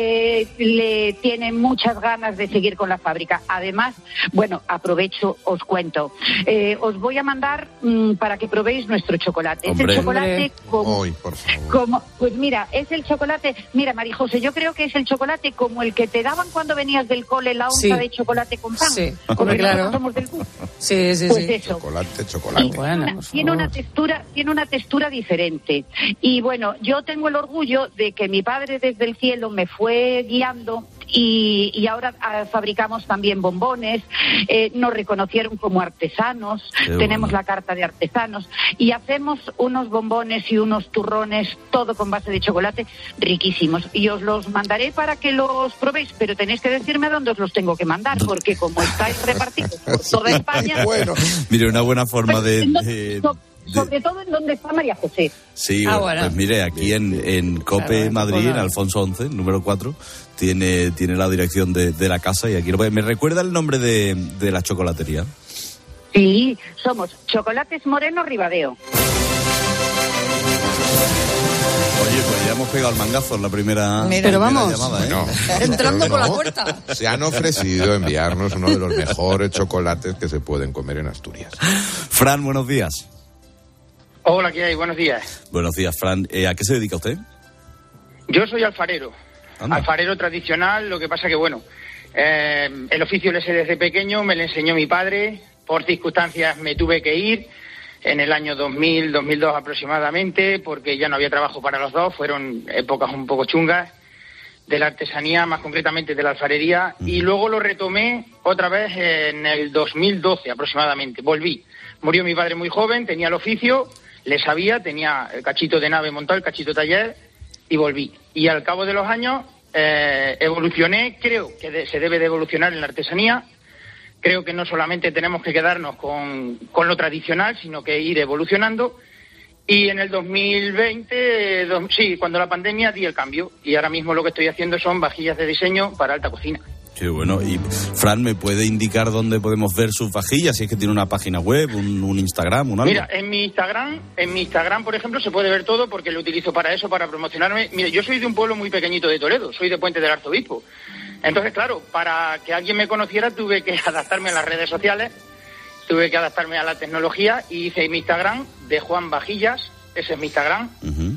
le tienen muchas ganas de seguir con la fábrica. Además, bueno, aprovecho, os cuento. Os voy a mandar para que probéis nuestro chocolate. Hombre. Es el chocolate como... Pues mira, es el chocolate... Mira, María José, yo creo que es el chocolate como el que te daban cuando venías del cole, la onza de chocolate con pan. Sí, claro. Somos del sí. Pues eso. Chocolate. Bueno, tiene una textura diferente. Y bueno, yo tengo el orgullo de que mi padre desde el cielo me fue guiando y ahora fabricamos también bombones. Nos reconocieron como artesanos. Tenemos la carta de artesanos y hacemos unos bombones y unos turrones, todo con base de chocolate, riquísimos. Y os los mandaré para que los probéis, pero tenéis que decirme dónde os los tengo que mandar, porque como estáis repartidos por toda España... Bueno. Mire, una buena forma sobre todo en donde está María José. Sí, pues mire, aquí en COPE Madrid, en Alfonso 11, número 4, tiene la dirección de la casa y aquí ¿me recuerda el nombre de la chocolatería? Sí, somos Chocolates Moreno Ribadeo. Oye, pues ya hemos pegado el mangazo en la primera pero vamos, llamada, ¿eh? No, entrando por la puerta. Se han ofrecido enviarnos uno de los mejores chocolates que se pueden comer en Asturias. Fran, buenos días. Hola, ¿qué hay? Buenos días. Buenos días, Fran. ¿A qué se dedica usted? Yo soy alfarero. Anda. Alfarero tradicional, lo que pasa que, bueno, el oficio le sé desde pequeño, me lo enseñó mi padre, por circunstancias me tuve que ir en el año 2000, 2002 aproximadamente, porque ya no había trabajo para los dos, fueron épocas un poco chungas de la artesanía, más concretamente de la alfarería, y luego lo retomé otra vez en el 2012 aproximadamente, volví. Murió mi padre muy joven, tenía el oficio, le sabía, tenía el cachito de nave montado, el cachito taller, y volví. Y al cabo de los años evolucioné, creo que se debe de evolucionar en la artesanía, creo que no solamente tenemos que quedarnos con lo tradicional, sino que ir evolucionando, y en el 2020, cuando la pandemia, di el cambio, y ahora mismo lo que estoy haciendo son vajillas de diseño para alta cocina. Qué bueno. Y Fran, ¿me puede indicar dónde podemos ver sus vajillas? Si es que tiene una página web, un Instagram, un algo. Mira, en mi Instagram, por ejemplo, se puede ver todo porque lo utilizo para eso, para promocionarme. Mira, yo soy de un pueblo muy pequeñito de Toledo, soy de Puente del Arzobispo. Entonces, claro, para que alguien me conociera tuve que adaptarme a las redes sociales, tuve que adaptarme a la tecnología y hice mi Instagram de Juan Vajillas, ese es mi Instagram.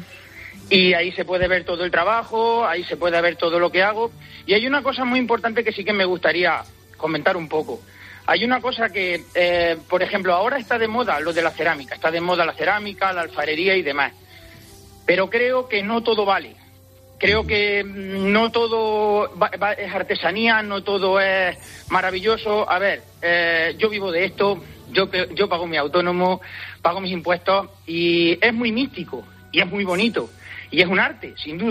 Y ahí se puede ver todo el trabajo, ahí se puede ver todo lo que hago. Y hay una cosa muy importante que sí que me gustaría comentar un poco. Hay una cosa que, por ejemplo, ahora está de moda lo de la cerámica. Está de moda la cerámica, la alfarería y demás. Pero creo que no todo vale. Creo que no todo es artesanía, no todo es maravilloso. A ver, yo vivo de esto, yo pago mi autónomo, pago mis impuestos y es muy místico y es muy bonito. Y es un arte, sin duda.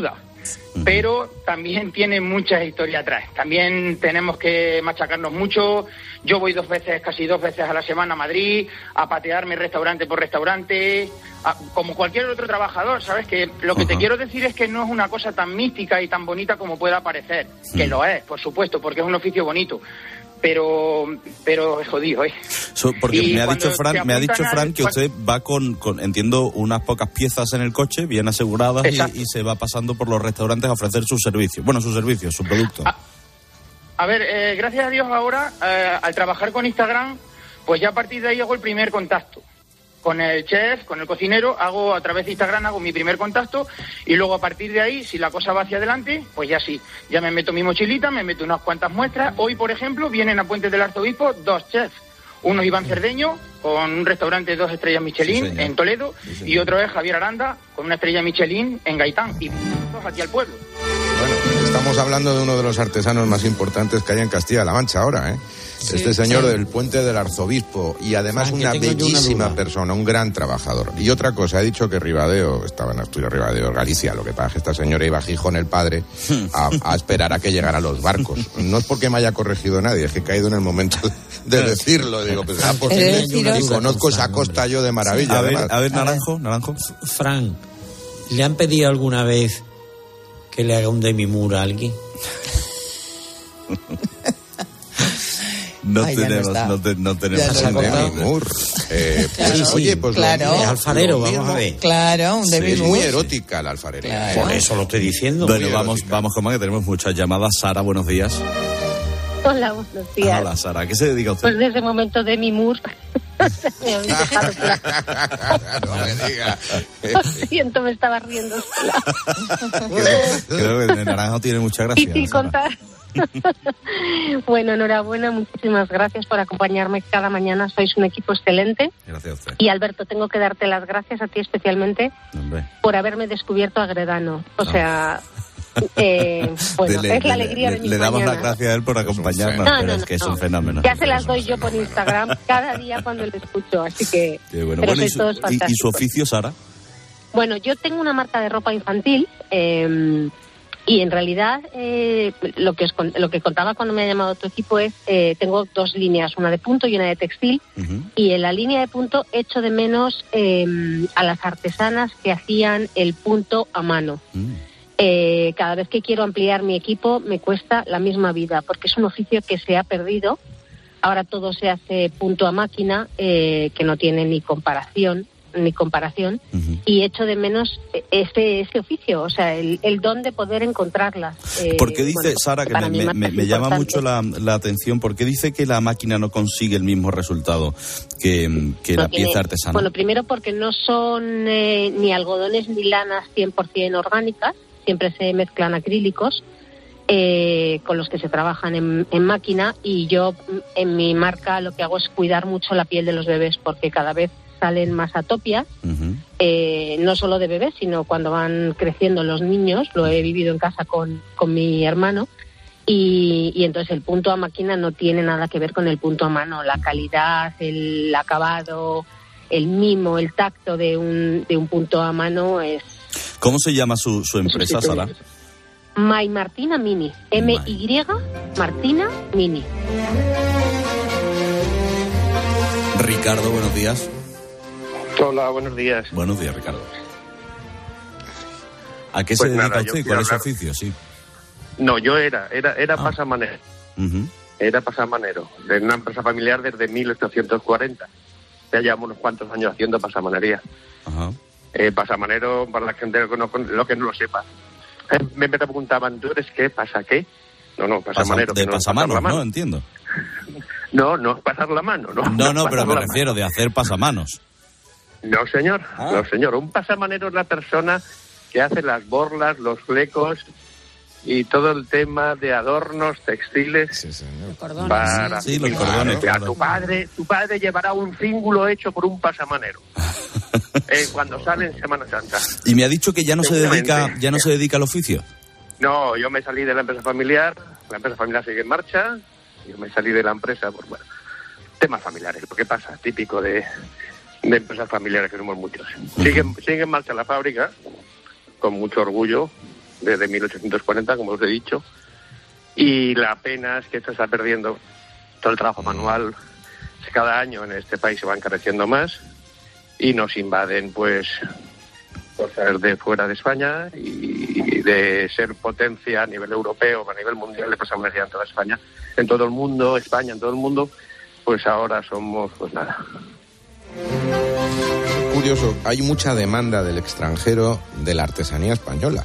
pero también tiene muchas historias atrás. También tenemos que machacarnos mucho. Yo voy casi dos veces a la semana a Madrid, a patearme restaurante por restaurante, como cualquier otro trabajador, ¿sabes? Que lo que te quiero decir es que no es una cosa tan mística y tan bonita como pueda parecer, que lo es, por supuesto, porque es un oficio bonito. Pero es jodido, ¿eh? Porque me ha dicho Fran que usted va con, entiendo, unas pocas piezas en el coche, bien aseguradas, y se va pasando por los restaurantes a ofrecer sus servicios. Bueno, sus servicios, su producto. A ver, gracias a Dios ahora, al trabajar con Instagram, pues ya a partir de ahí hago el primer contacto. Con el chef, con el cocinero, a través de Instagram hago mi primer contacto y luego a partir de ahí, si la cosa va hacia adelante, pues ya sí, ya me meto mi mochilita, me meto unas cuantas muestras. Hoy, por ejemplo, vienen a Puente del Arzobispo 2 chefs. Uno es Iván Cerdeño, con un restaurante 2 estrellas Michelin en Toledo, y otro es Javier Aranda, con una estrella Michelin en Gaitán, y todos aquí al pueblo. Bueno, estamos hablando de uno de los artesanos más importantes que hay en Castilla-La Mancha ahora, ¿eh? Sí, este señor del Puente del Arzobispo, y además una bellísima persona, un gran trabajador. Y otra cosa, he dicho que Ribadeo, estaba en Asturias, Ribadeo, Galicia, lo que pasa es que esta señora iba a Gijón, el padre, a esperar a que llegaran los barcos. No es porque me haya corregido nadie, es que he caído en el momento de decirlo. Digo, pues y conozco esa costa yo de maravilla. A ver, Naranjo. Fran, ¿le han pedido alguna vez que le haga un Demi-Moore a alguien? No tenemos Demi-Moore. Oye, pues claro, es alfarero, vamos a ver. Claro, un Demi-Moore. Es muy erótica la alfarería. Claro. Por eso lo estoy diciendo. Bueno, vamos con más, que tenemos muchas llamadas. Sara, buenos días. Hola, buenos días. Hola, Sara. ¿A qué se dedica usted? Pues desde el momento de mi Moore. Me habéis dejado no me diga. Lo siento, me estaba riendo sola. Creo que el Naranjo tiene mucha gracia. Y contar. Bueno, enhorabuena, muchísimas gracias por acompañarme cada mañana. Sois un equipo excelente. Gracias a usted. Y Alberto, tengo que darte las gracias a ti especialmente por haberme descubierto a Gredano. O sea... bueno, es la alegría de mis Le damos mañanas. las gracias a él por acompañarnos, pero es que es un fenómeno. Ya se las doy yo por Instagram cada día cuando le escucho, así que... Qué bueno. Pero Bueno, sois todos ¿y fantásticos. su oficio, Sara? Bueno, yo tengo una marca de ropa infantil y en realidad lo que contaba cuando me ha llamado tu equipo es, tengo 2 líneas, una de punto y una de textil, y en la línea de punto echo de menos a las artesanas que hacían el punto a mano. Cada vez que quiero ampliar mi equipo me cuesta la misma vida, porque es un oficio que se ha perdido. Ahora todo se hace punto a máquina, que no tiene ni comparación, y echo de menos ese oficio, o sea, el don de poder encontrarlas. ¿Por qué dice, Sara, que me llama mucho la atención, por qué dice que la máquina no consigue el mismo resultado que la pieza artesana? Bueno, primero porque no son ni algodones ni lanas 100% orgánicas, siempre se mezclan acrílicos con los que se trabajan en máquina, y yo en mi marca lo que hago es cuidar mucho la piel de los bebés, porque cada vez salen más atopias, no solo de bebés, sino cuando van creciendo los niños. Lo he vivido en casa con mi hermano, y entonces el punto a máquina no tiene nada que ver con el punto a mano. La calidad, el acabado, el mimo, el tacto de un punto a mano es... ¿Cómo se llama su empresa, Sara? My Martina Mini. M-Y Martina Mini. Ricardo, buenos días. Hola, buenos días. Buenos días, Ricardo. ¿A qué se dedica usted? ¿Cuál es su oficio? Sí. No, yo era pasamanero. Era pasamanero. En una empresa familiar desde 1840. Ya llevamos unos cuantos años haciendo pasamanería. Pasamanero, para la gente que no lo sepa. Me preguntaban, ¿tú eres qué? ¿Pasa qué? No, pasamanero. De pasamanos, ¿no? Entiendo. No es pasar la mano, ¿no? No, pero me refiero de hacer pasamanos. No, señor. No, señor. Un pasamanero es la persona que hace las borlas, los flecos y todo el tema de adornos textiles. Sí, señor. Para los cordones. Tu padre llevará un cíngulo hecho por un pasamanero cuando sale en Semana Santa. Y me ha dicho que ya no se dedica al oficio. No, yo me salí de la empresa familiar. La empresa familiar sigue en marcha. Yo me salí de la empresa por temas familiares. Lo que pasa, típico de empresas familiares, que somos muchos. Sigue en marcha la fábrica, con mucho orgullo, desde 1840, como os he dicho, y la pena es que se está perdiendo todo el trabajo manual. Cada año en este país se va encareciendo más y nos invaden pues cosas de fuera de España, y de ser potencia a nivel europeo, a nivel mundial, de pasamos ya en toda España, en todo el mundo, España, en todo el mundo, pues ahora somos pues nada. Curioso, hay mucha demanda del extranjero de la artesanía española.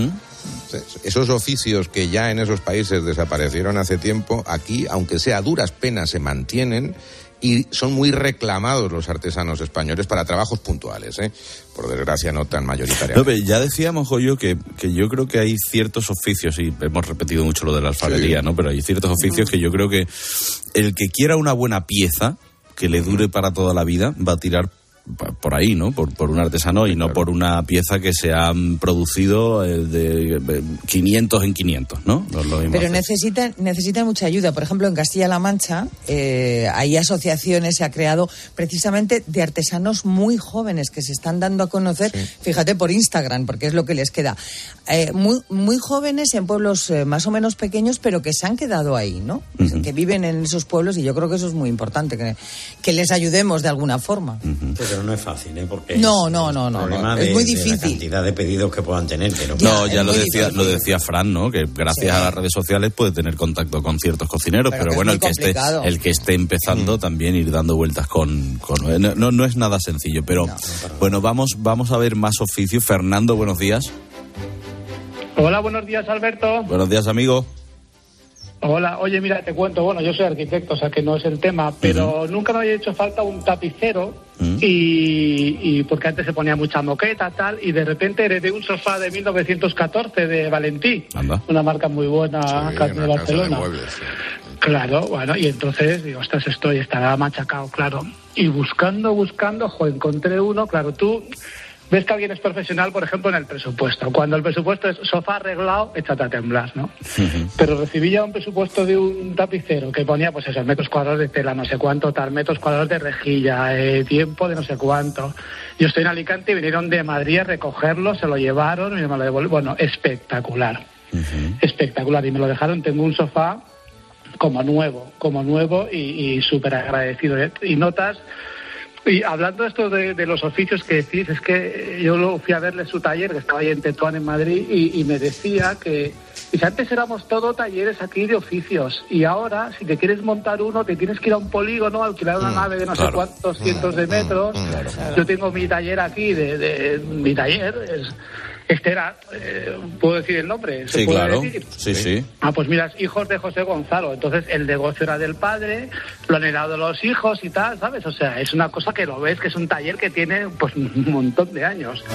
Esos oficios que ya en esos países desaparecieron hace tiempo, aquí, aunque sea a duras penas, se mantienen y son muy reclamados los artesanos españoles para trabajos puntuales, por desgracia no tan mayoritariamente. No, ya decíamos, Goyo, que yo creo que hay ciertos oficios, y hemos repetido mucho lo de la alfarería, ¿no? Pero hay ciertos oficios que yo creo que el que quiera una buena pieza que le dure para toda la vida va a tirar por ahí, ¿no? Por un artesano, y no por una pieza que se han producido de 500 en 500, ¿no? Pero necesitan mucha ayuda. Por ejemplo, en Castilla-La Mancha hay asociaciones, se ha creado precisamente de artesanos muy jóvenes que se están dando a conocer, fíjate, por Instagram, porque es lo que les queda. Muy jóvenes en pueblos más o menos pequeños, pero que se han quedado ahí, ¿no? Que viven en esos pueblos, y yo creo que eso es muy importante, que les ayudemos de alguna forma. Pero no es fácil, Porque no, es muy difícil. La cantidad de pedidos que puedan tener. Pero ya lo decía Fran, ¿no? Que gracias a las redes sociales puede tener contacto con ciertos cocineros, pero bueno, el que esté empezando también ir dando vueltas con no es nada sencillo, pero bueno, vamos a ver más oficios. Fernando, buenos días. Hola, buenos días, Alberto. Buenos días, amigo. Hola, oye, mira, te cuento, bueno, yo soy arquitecto, o sea que no es el tema, pero nunca me había hecho falta un tapicero, y porque antes se ponía mucha moqueta, tal, y de repente heredé un sofá de 1914 de Valentí, una marca muy buena de Barcelona. Claro, bueno, y entonces digo, ostras, estará machacado, claro. Y buscando, encontré uno, claro, tú ves que alguien es profesional, por ejemplo, en el presupuesto. Cuando el presupuesto es sofá arreglado, échate a temblar, ¿no? Pero recibí ya un presupuesto de un tapicero que ponía, pues eso, metros cuadrados de tela, no sé cuánto, tal, metros cuadrados de rejilla, tiempo de no sé cuánto. Yo estoy en Alicante y vinieron de Madrid a recogerlo, se lo llevaron y me lo devolvieron. Bueno, espectacular. Espectacular. Y me lo dejaron, tengo un sofá como nuevo y súper agradecido. Y notas... Y hablando de esto de los oficios que decís, es que yo lo fui a verle su taller, que estaba ahí en Tetuán, en Madrid, y me decía que antes éramos todo talleres aquí de oficios, y ahora, si te quieres montar uno, te tienes que ir a un polígono, alquilar una nave de no sé cuántos cientos de metros. Yo tengo mi taller aquí, mi taller, este era, ¿puedo decir el nombre? Sí, claro. Decir? Sí. Pues mira, hijos de José Gonzalo. Entonces, el negocio era del padre, lo han heredado los hijos y tal, ¿sabes? O sea, es una cosa que lo ves, que es un taller que tiene, pues, un montón de años.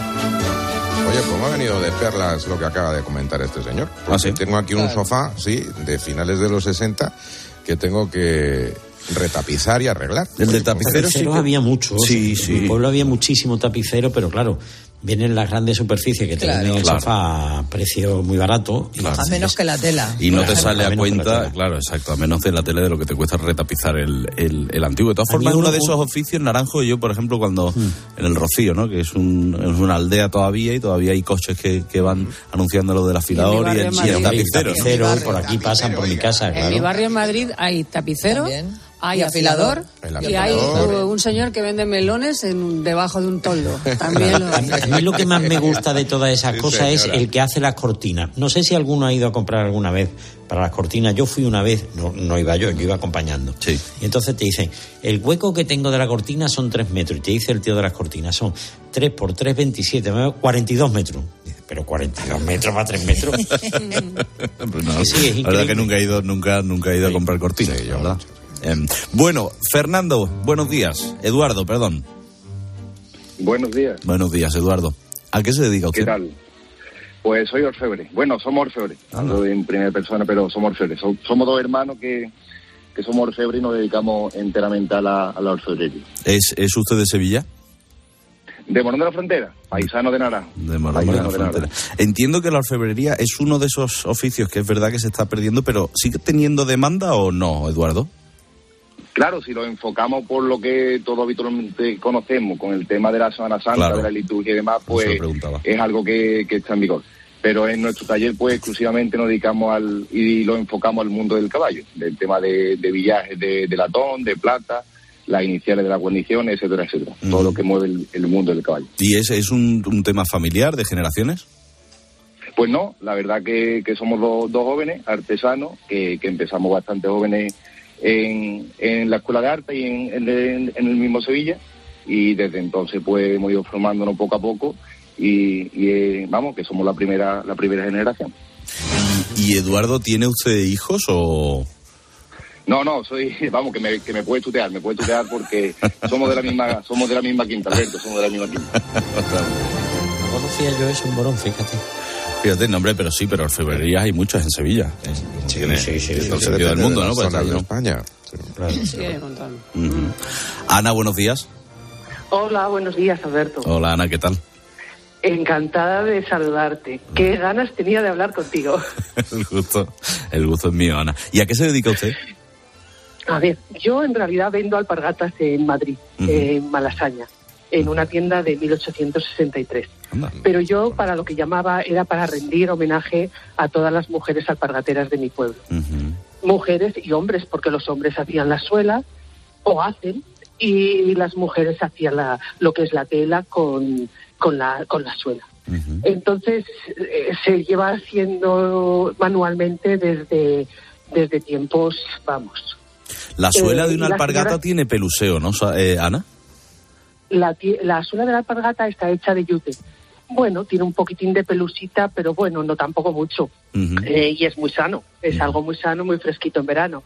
Oye, ¿cómo ha venido de perlas lo que acaba de comentar este señor? Porque tengo aquí un sofá, de finales de los 60, que tengo que retapizar y arreglar. El de tapiceros había mucho. Sí. En mi pueblo había muchísimo tapicero, pero claro, vienen las grandes superficies que te venden el sofá a precio muy barato. A menos que la tela. Y no te sale a cuenta, claro, exacto, a menos de la tela de lo que te cuesta retapizar el antiguo. De todas formas, uno de esos oficios, Naranjo, yo, por ejemplo, cuando en el Rocío, ¿no? Que es una aldea todavía, y todavía hay coches que van anunciando lo del afilador y el tapicero. Por aquí pasan por mi casa, claro. En mi barrio en Madrid hay tapicero. Hay afilador y hay un señor que vende melones debajo de un toldo. También a mí lo que más me gusta de todas esas cosas es el que hace las cortinas. No sé si alguno ha ido a comprar alguna vez para las cortinas. Yo fui una vez, no iba yo iba acompañando. Sí. Y entonces te dicen, el hueco que tengo de la cortina son 3 metros. Y te dice el tío de las cortinas, son 3 por 3, 27, 42 metros. Dice, pero 42 metros para 3 metros. Pues no, sí, la verdad que nunca he ido a comprar cortinas, ¿verdad? Bueno, Fernando, buenos días. Eduardo, perdón. Buenos días. Buenos días, Eduardo. ¿A qué se dedica usted? ¿Qué tal? Pues soy orfebre. Bueno, somos orfebres. Hablo en primera persona, pero somos orfebres. Somos dos hermanos que somos orfebres y nos dedicamos enteramente a la orfebrería. ¿Es usted de Sevilla? De Morón de la Frontera, paisano de Naranjo. De Morón de la Frontera. Entiendo que la orfebrería es uno de esos oficios que es verdad que se está perdiendo, pero ¿sigue teniendo demanda o no, Eduardo? Claro, si lo enfocamos por lo que todos habitualmente conocemos, con el tema de la Semana Santa, de la liturgia y demás, pues es algo que está en vigor. Pero en nuestro taller pues exclusivamente nos dedicamos y lo enfocamos al mundo del caballo, del tema de billajes de latón, de plata, las iniciales de las guarniciones, etcétera, etcétera. Todo lo que mueve el mundo del caballo. ¿Y ese es un tema familiar de generaciones? Pues no, la verdad que somos dos jóvenes artesanos que empezamos bastante jóvenes en la Escuela de Arte y en el mismo Sevilla, y desde entonces pues hemos ido formándonos poco a poco y vamos, que somos la primera generación. ¿Y Eduardo, tiene usted hijos o...? No, vamos, que me puede tutear porque somos de la misma quinta, Alberto, somos de la misma quinta. No conocía yo eso en Morón, fíjate. Fíjate el nombre, pero orfebrerías hay muchas en Sevilla. Sí. En el sentido del mundo, ¿no? Pues de España. Sí, hay un montón. Ana, buenos días. Hola, buenos días, Alberto. Hola, Ana, ¿qué tal? Encantada de saludarte. Qué ganas tenía de hablar contigo. El gusto es mío, Ana. ¿Y a qué se dedica usted? A ver, yo en realidad vendo alpargatas en Madrid, en Malasaña, en una tienda de 1863. Anda. Pero yo para lo que llamaba era para rendir homenaje a todas las mujeres alpargateras de mi pueblo. Mujeres y hombres, porque los hombres hacían la suela, o hacen, y las mujeres hacían lo que es la tela con la suela. Entonces se lleva haciendo manualmente desde tiempos, vamos. La suela de una alpargata tiene peluseo, ¿no, Ana? La suela de la alpargata está hecha de yute. Bueno, tiene un poquitín de pelusita, pero bueno, no tampoco mucho. Y es muy sano, es algo muy sano, muy fresquito en verano.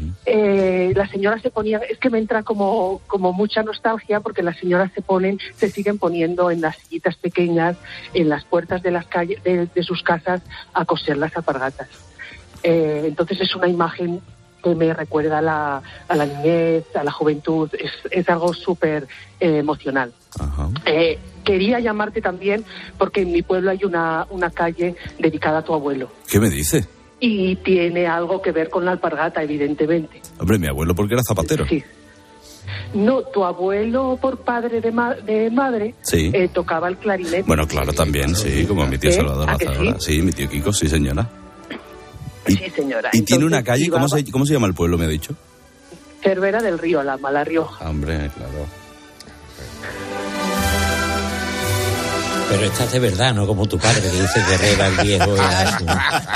Las señoras se ponían, es que me entra como mucha nostalgia, porque las señoras se siguen poniendo en las sillitas pequeñas, en las puertas de las calles, de sus casas, a coser las alpargatas. Entonces es una imagen que me recuerda a la niñez, a la juventud, es algo súper emocional. Quería llamarte también porque en mi pueblo hay una calle dedicada a tu abuelo. ¿Qué me dice? Y tiene algo que ver con la alpargata, evidentemente. Hombre, mi abuelo porque era zapatero. Sí. No, tu abuelo por padre de madre sí. Tocaba el clarinete. Bueno, claro, también, sí, como mi tío Salvador Lazadora. Sí, mi tío Kiko, sí, señora. Sí, señora. ¿Y entonces, tiene una calle? ¿Cómo se llama el pueblo, me ha dicho? Cervera del Río, La Rioja. Hombre, claro. Pero esta es de verdad, no como tu padre, que dice que Herrera el viejo era su...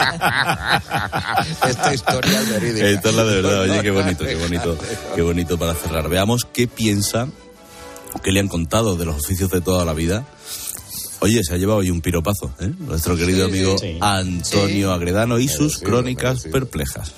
Esta historia es verídica. Esta es la de verdad. Oye, qué bonito para cerrar. Veamos qué piensa, qué le han contado de los oficios de toda la vida. Oye, se ha llevado hoy un piropazo, ¿eh? Nuestro querido amigo Antonio Agredano y sus crónicas perplejas.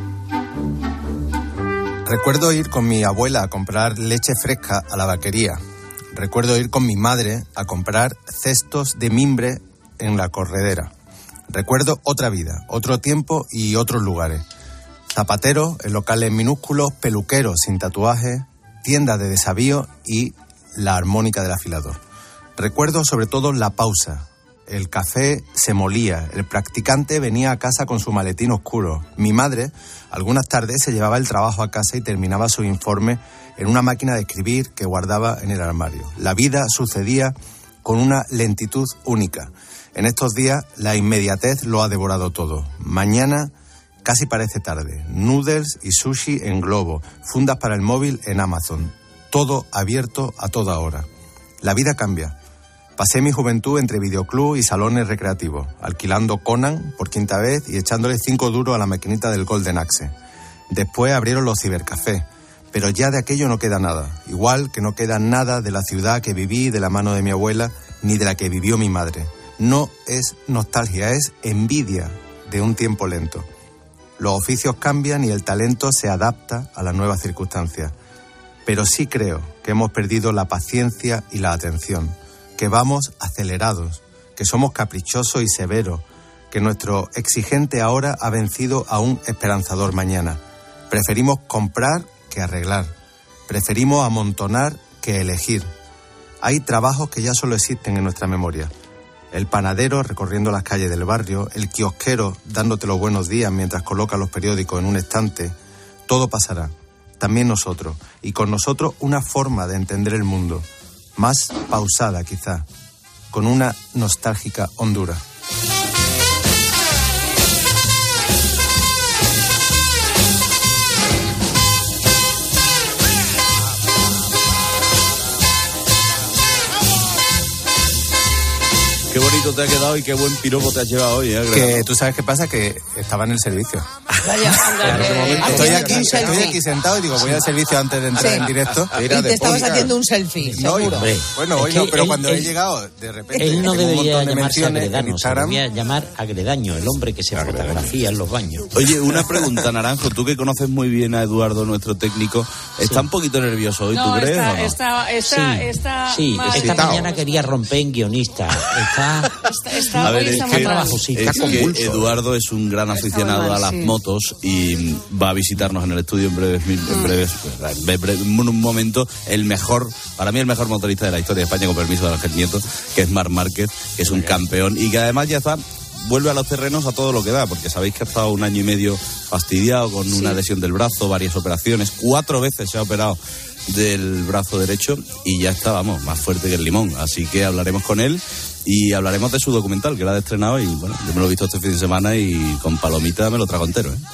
Recuerdo ir con mi abuela a comprar leche fresca a la vaquería. Recuerdo ir con mi madre a comprar cestos de mimbre en la corredera. Recuerdo otra vida, otro tiempo y otros lugares. Zapateros en locales minúsculos, peluqueros sin tatuajes, tiendas de desavío y la armónica del afilador. Recuerdo sobre todo la pausa. El café se molía, el practicante venía a casa con su maletín oscuro. Mi madre, algunas tardes, se llevaba el trabajo a casa y terminaba su informe en una máquina de escribir que guardaba en el armario. La vida sucedía con una lentitud única. En estos días, la inmediatez lo ha devorado todo. Mañana casi parece tarde. Noodles y sushi en Globo, fundas para el móvil en Amazon. Todo abierto a toda hora. La vida cambia. Pasé mi juventud entre videoclub y salones recreativos, alquilando Conan por quinta vez y echándole 5 duros a la maquinita del Golden Axe. Después abrieron los cibercafés, pero ya de aquello no queda nada. Igual que no queda nada de la ciudad que viví de la mano de mi abuela, ni de la que vivió mi madre. No es nostalgia, es envidia de un tiempo lento. Los oficios cambian y el talento se adapta a las nuevas circunstancias. Pero sí creo que hemos perdido la paciencia y la atención, que vamos acelerados, que somos caprichosos y severos, que nuestro exigente ahora ha vencido a un esperanzador mañana. Preferimos comprar que arreglar, preferimos amontonar que elegir. Hay trabajos que ya solo existen en nuestra memoria. El panadero recorriendo las calles del barrio, el kiosquero dándote los buenos días mientras coloca los periódicos en un estante. Todo pasará, también nosotros, y con nosotros una forma de entender el mundo, más pausada quizá, con una nostálgica hondura. Qué bonito te ha quedado y qué buen piropo te has llevado hoy, Que tú sabes qué pasa, que estaba en el servicio. Estoy aquí sentado y digo, voy al servicio antes de entrar en directo. Y te estabas haciendo un selfie, seguro. Bueno, hoy no, pero cuando he llegado, de repente... Él no debería llamarse Agredano, se debería llamar Agredaño, el hombre que se fotografía en los baños. Oye, una pregunta, Naranjo, tú que conoces muy bien a Eduardo, nuestro técnico, ¿está un poquito nervioso hoy, tú crees? Sí, esta mañana quería romper en guionista. A ver, es que Eduardo es un gran aficionado a las motos y va a visitarnos en el estudio en un momento para mí el mejor motorista de la historia de España, con permiso de Ángel Nieto, que es Marc Márquez, que es un campeón y que además ya vuelve a los terrenos a todo lo que da, porque sabéis que ha estado 1 año y medio fastidiado con una lesión del brazo, varias operaciones, 4 veces se ha operado del brazo derecho y ya está, más fuerte que el limón. Así que hablaremos con él y hablaremos de su documental, que lo ha estrenado y bueno, yo me lo he visto este fin de semana y con palomita me lo trago entero, ¿eh?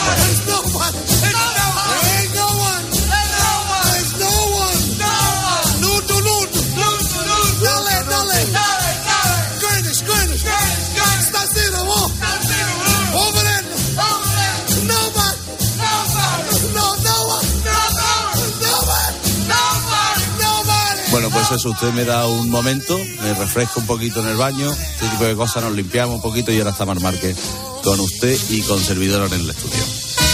Bueno, pues eso, usted me da un momento, me refresco un poquito en el baño, este tipo de cosas, nos limpiamos un poquito y ahora está Marc Márquez con usted y con servidor en el estudio.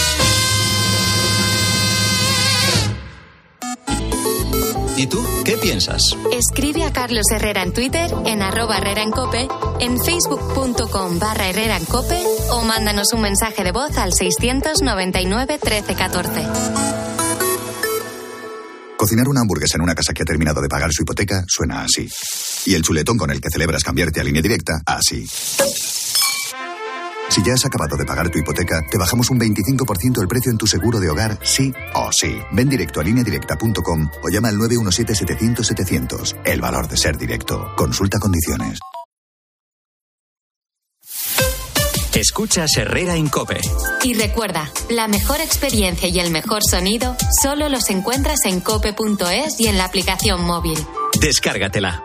¿Y tú qué piensas? Escribe a Carlos Herrera en Twitter, en @HerreraEnCope, en facebook.com/HerreraEnCope o mándanos un mensaje de voz al 699 13 14. Cocinar una hamburguesa en una casa que ha terminado de pagar su hipoteca suena así. Y el chuletón con el que celebras cambiarte a Línea Directa, así. Si ya has acabado de pagar tu hipoteca, te bajamos un 25% el precio en tu seguro de hogar, sí o sí. Ven directo a lineadirecta.com o llama al 917-700-700. El valor de ser directo. Consulta condiciones. Escuchas Herrera en COPE. Y recuerda, la mejor experiencia y el mejor sonido solo los encuentras en cope.es y en la aplicación móvil. Descárgatela.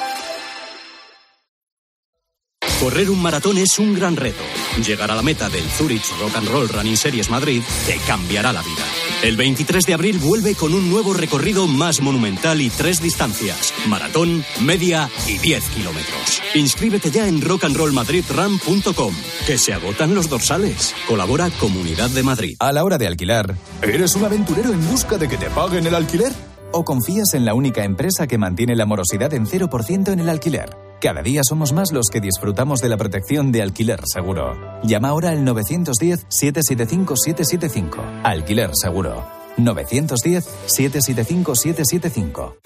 Correr un maratón es un gran reto. Llegar a la meta del Zurich Rock and Roll Running Series Madrid te cambiará la vida. El 23 de abril vuelve con un nuevo recorrido más monumental y 3 distancias: maratón, media y 10 kilómetros. Inscríbete ya en rockandrollmadridrun.com, que se agotan los dorsales. Colabora Comunidad de Madrid. A la hora de alquilar, ¿eres un aventurero en busca de que te paguen el alquiler? ¿O confías en la única empresa que mantiene la morosidad en 0% en el alquiler? Cada día somos más los que disfrutamos de la protección de Alquiler Seguro. Llama ahora al 910-775-775. Alquiler Seguro. 910-775-775.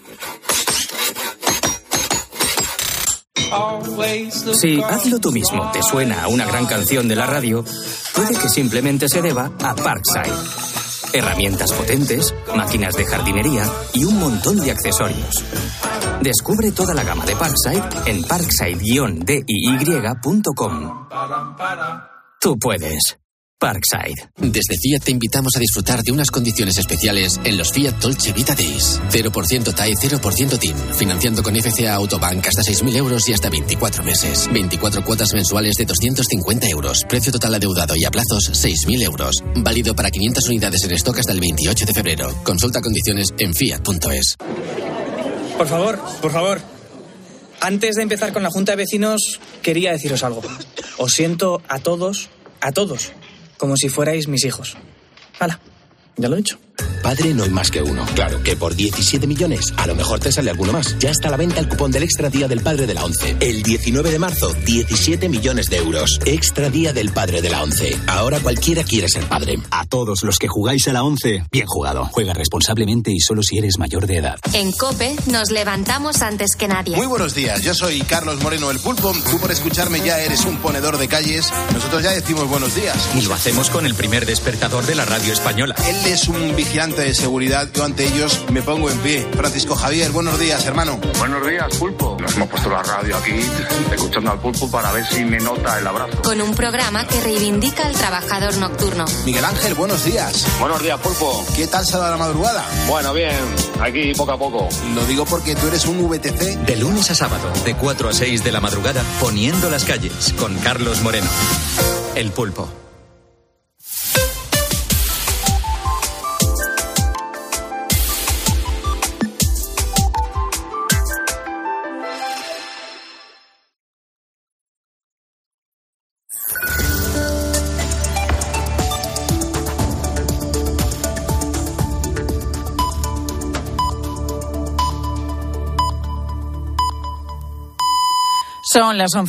Si Hazlo tú mismo te suena a una gran canción de la radio, puede que simplemente se deba a Parkside. Herramientas potentes, máquinas de jardinería y un montón de accesorios. Descubre toda la gama de Parkside en parkside-diy.com. Tú puedes. Parkside. Desde Fiat te invitamos a disfrutar de unas condiciones especiales en los Fiat Dolce Vita Days. 0% TAE, 0% TIN. Financiando con FCA Autobank hasta 6.000 euros y hasta 24 meses. 24 cuotas mensuales de 250 euros. Precio total adeudado y a plazos 6.000 euros. Válido para 500 unidades en stock hasta el 28 de febrero. Consulta condiciones en fiat.es. Por favor. Antes de empezar con la Junta de Vecinos, quería deciros algo. Os siento a todos, como si fuerais mis hijos. ¡Hala! Ya lo he dicho. Padre no hay más que uno. Claro que por 17 millones a lo mejor te sale alguno más. Ya está a la venta el cupón del Extra Día del Padre de la ONCE. El 19 de marzo, 17 millones de euros. Extra Día del Padre de la ONCE. Ahora cualquiera quiere ser padre. A todos los que jugáis a la ONCE, bien jugado. Juega responsablemente y solo si eres mayor de edad. En COPE nos levantamos antes que nadie. Muy buenos días, yo soy Carlos Moreno el Pulpo. Tú por escucharme ya eres un ponedor de calles. Nosotros ya decimos buenos días. Y lo hacemos con el primer despertador de la radio española. Él es un vigilante parte de seguridad, yo ante ellos me pongo en pie. Francisco Javier, buenos días, hermano. Buenos días, Pulpo. Nos hemos puesto la radio aquí, escuchando al Pulpo para ver si me nota el abrazo. Con un programa que reivindica al trabajador nocturno. Miguel Ángel, buenos días. Buenos días, Pulpo. ¿Qué tal se va la madrugada? Bueno, bien, aquí poco a poco. Lo digo porque tú eres un VTC. De lunes a sábado, de 4 a 6 de la madrugada, poniendo las calles, con Carlos Moreno. El Pulpo. Son las 11.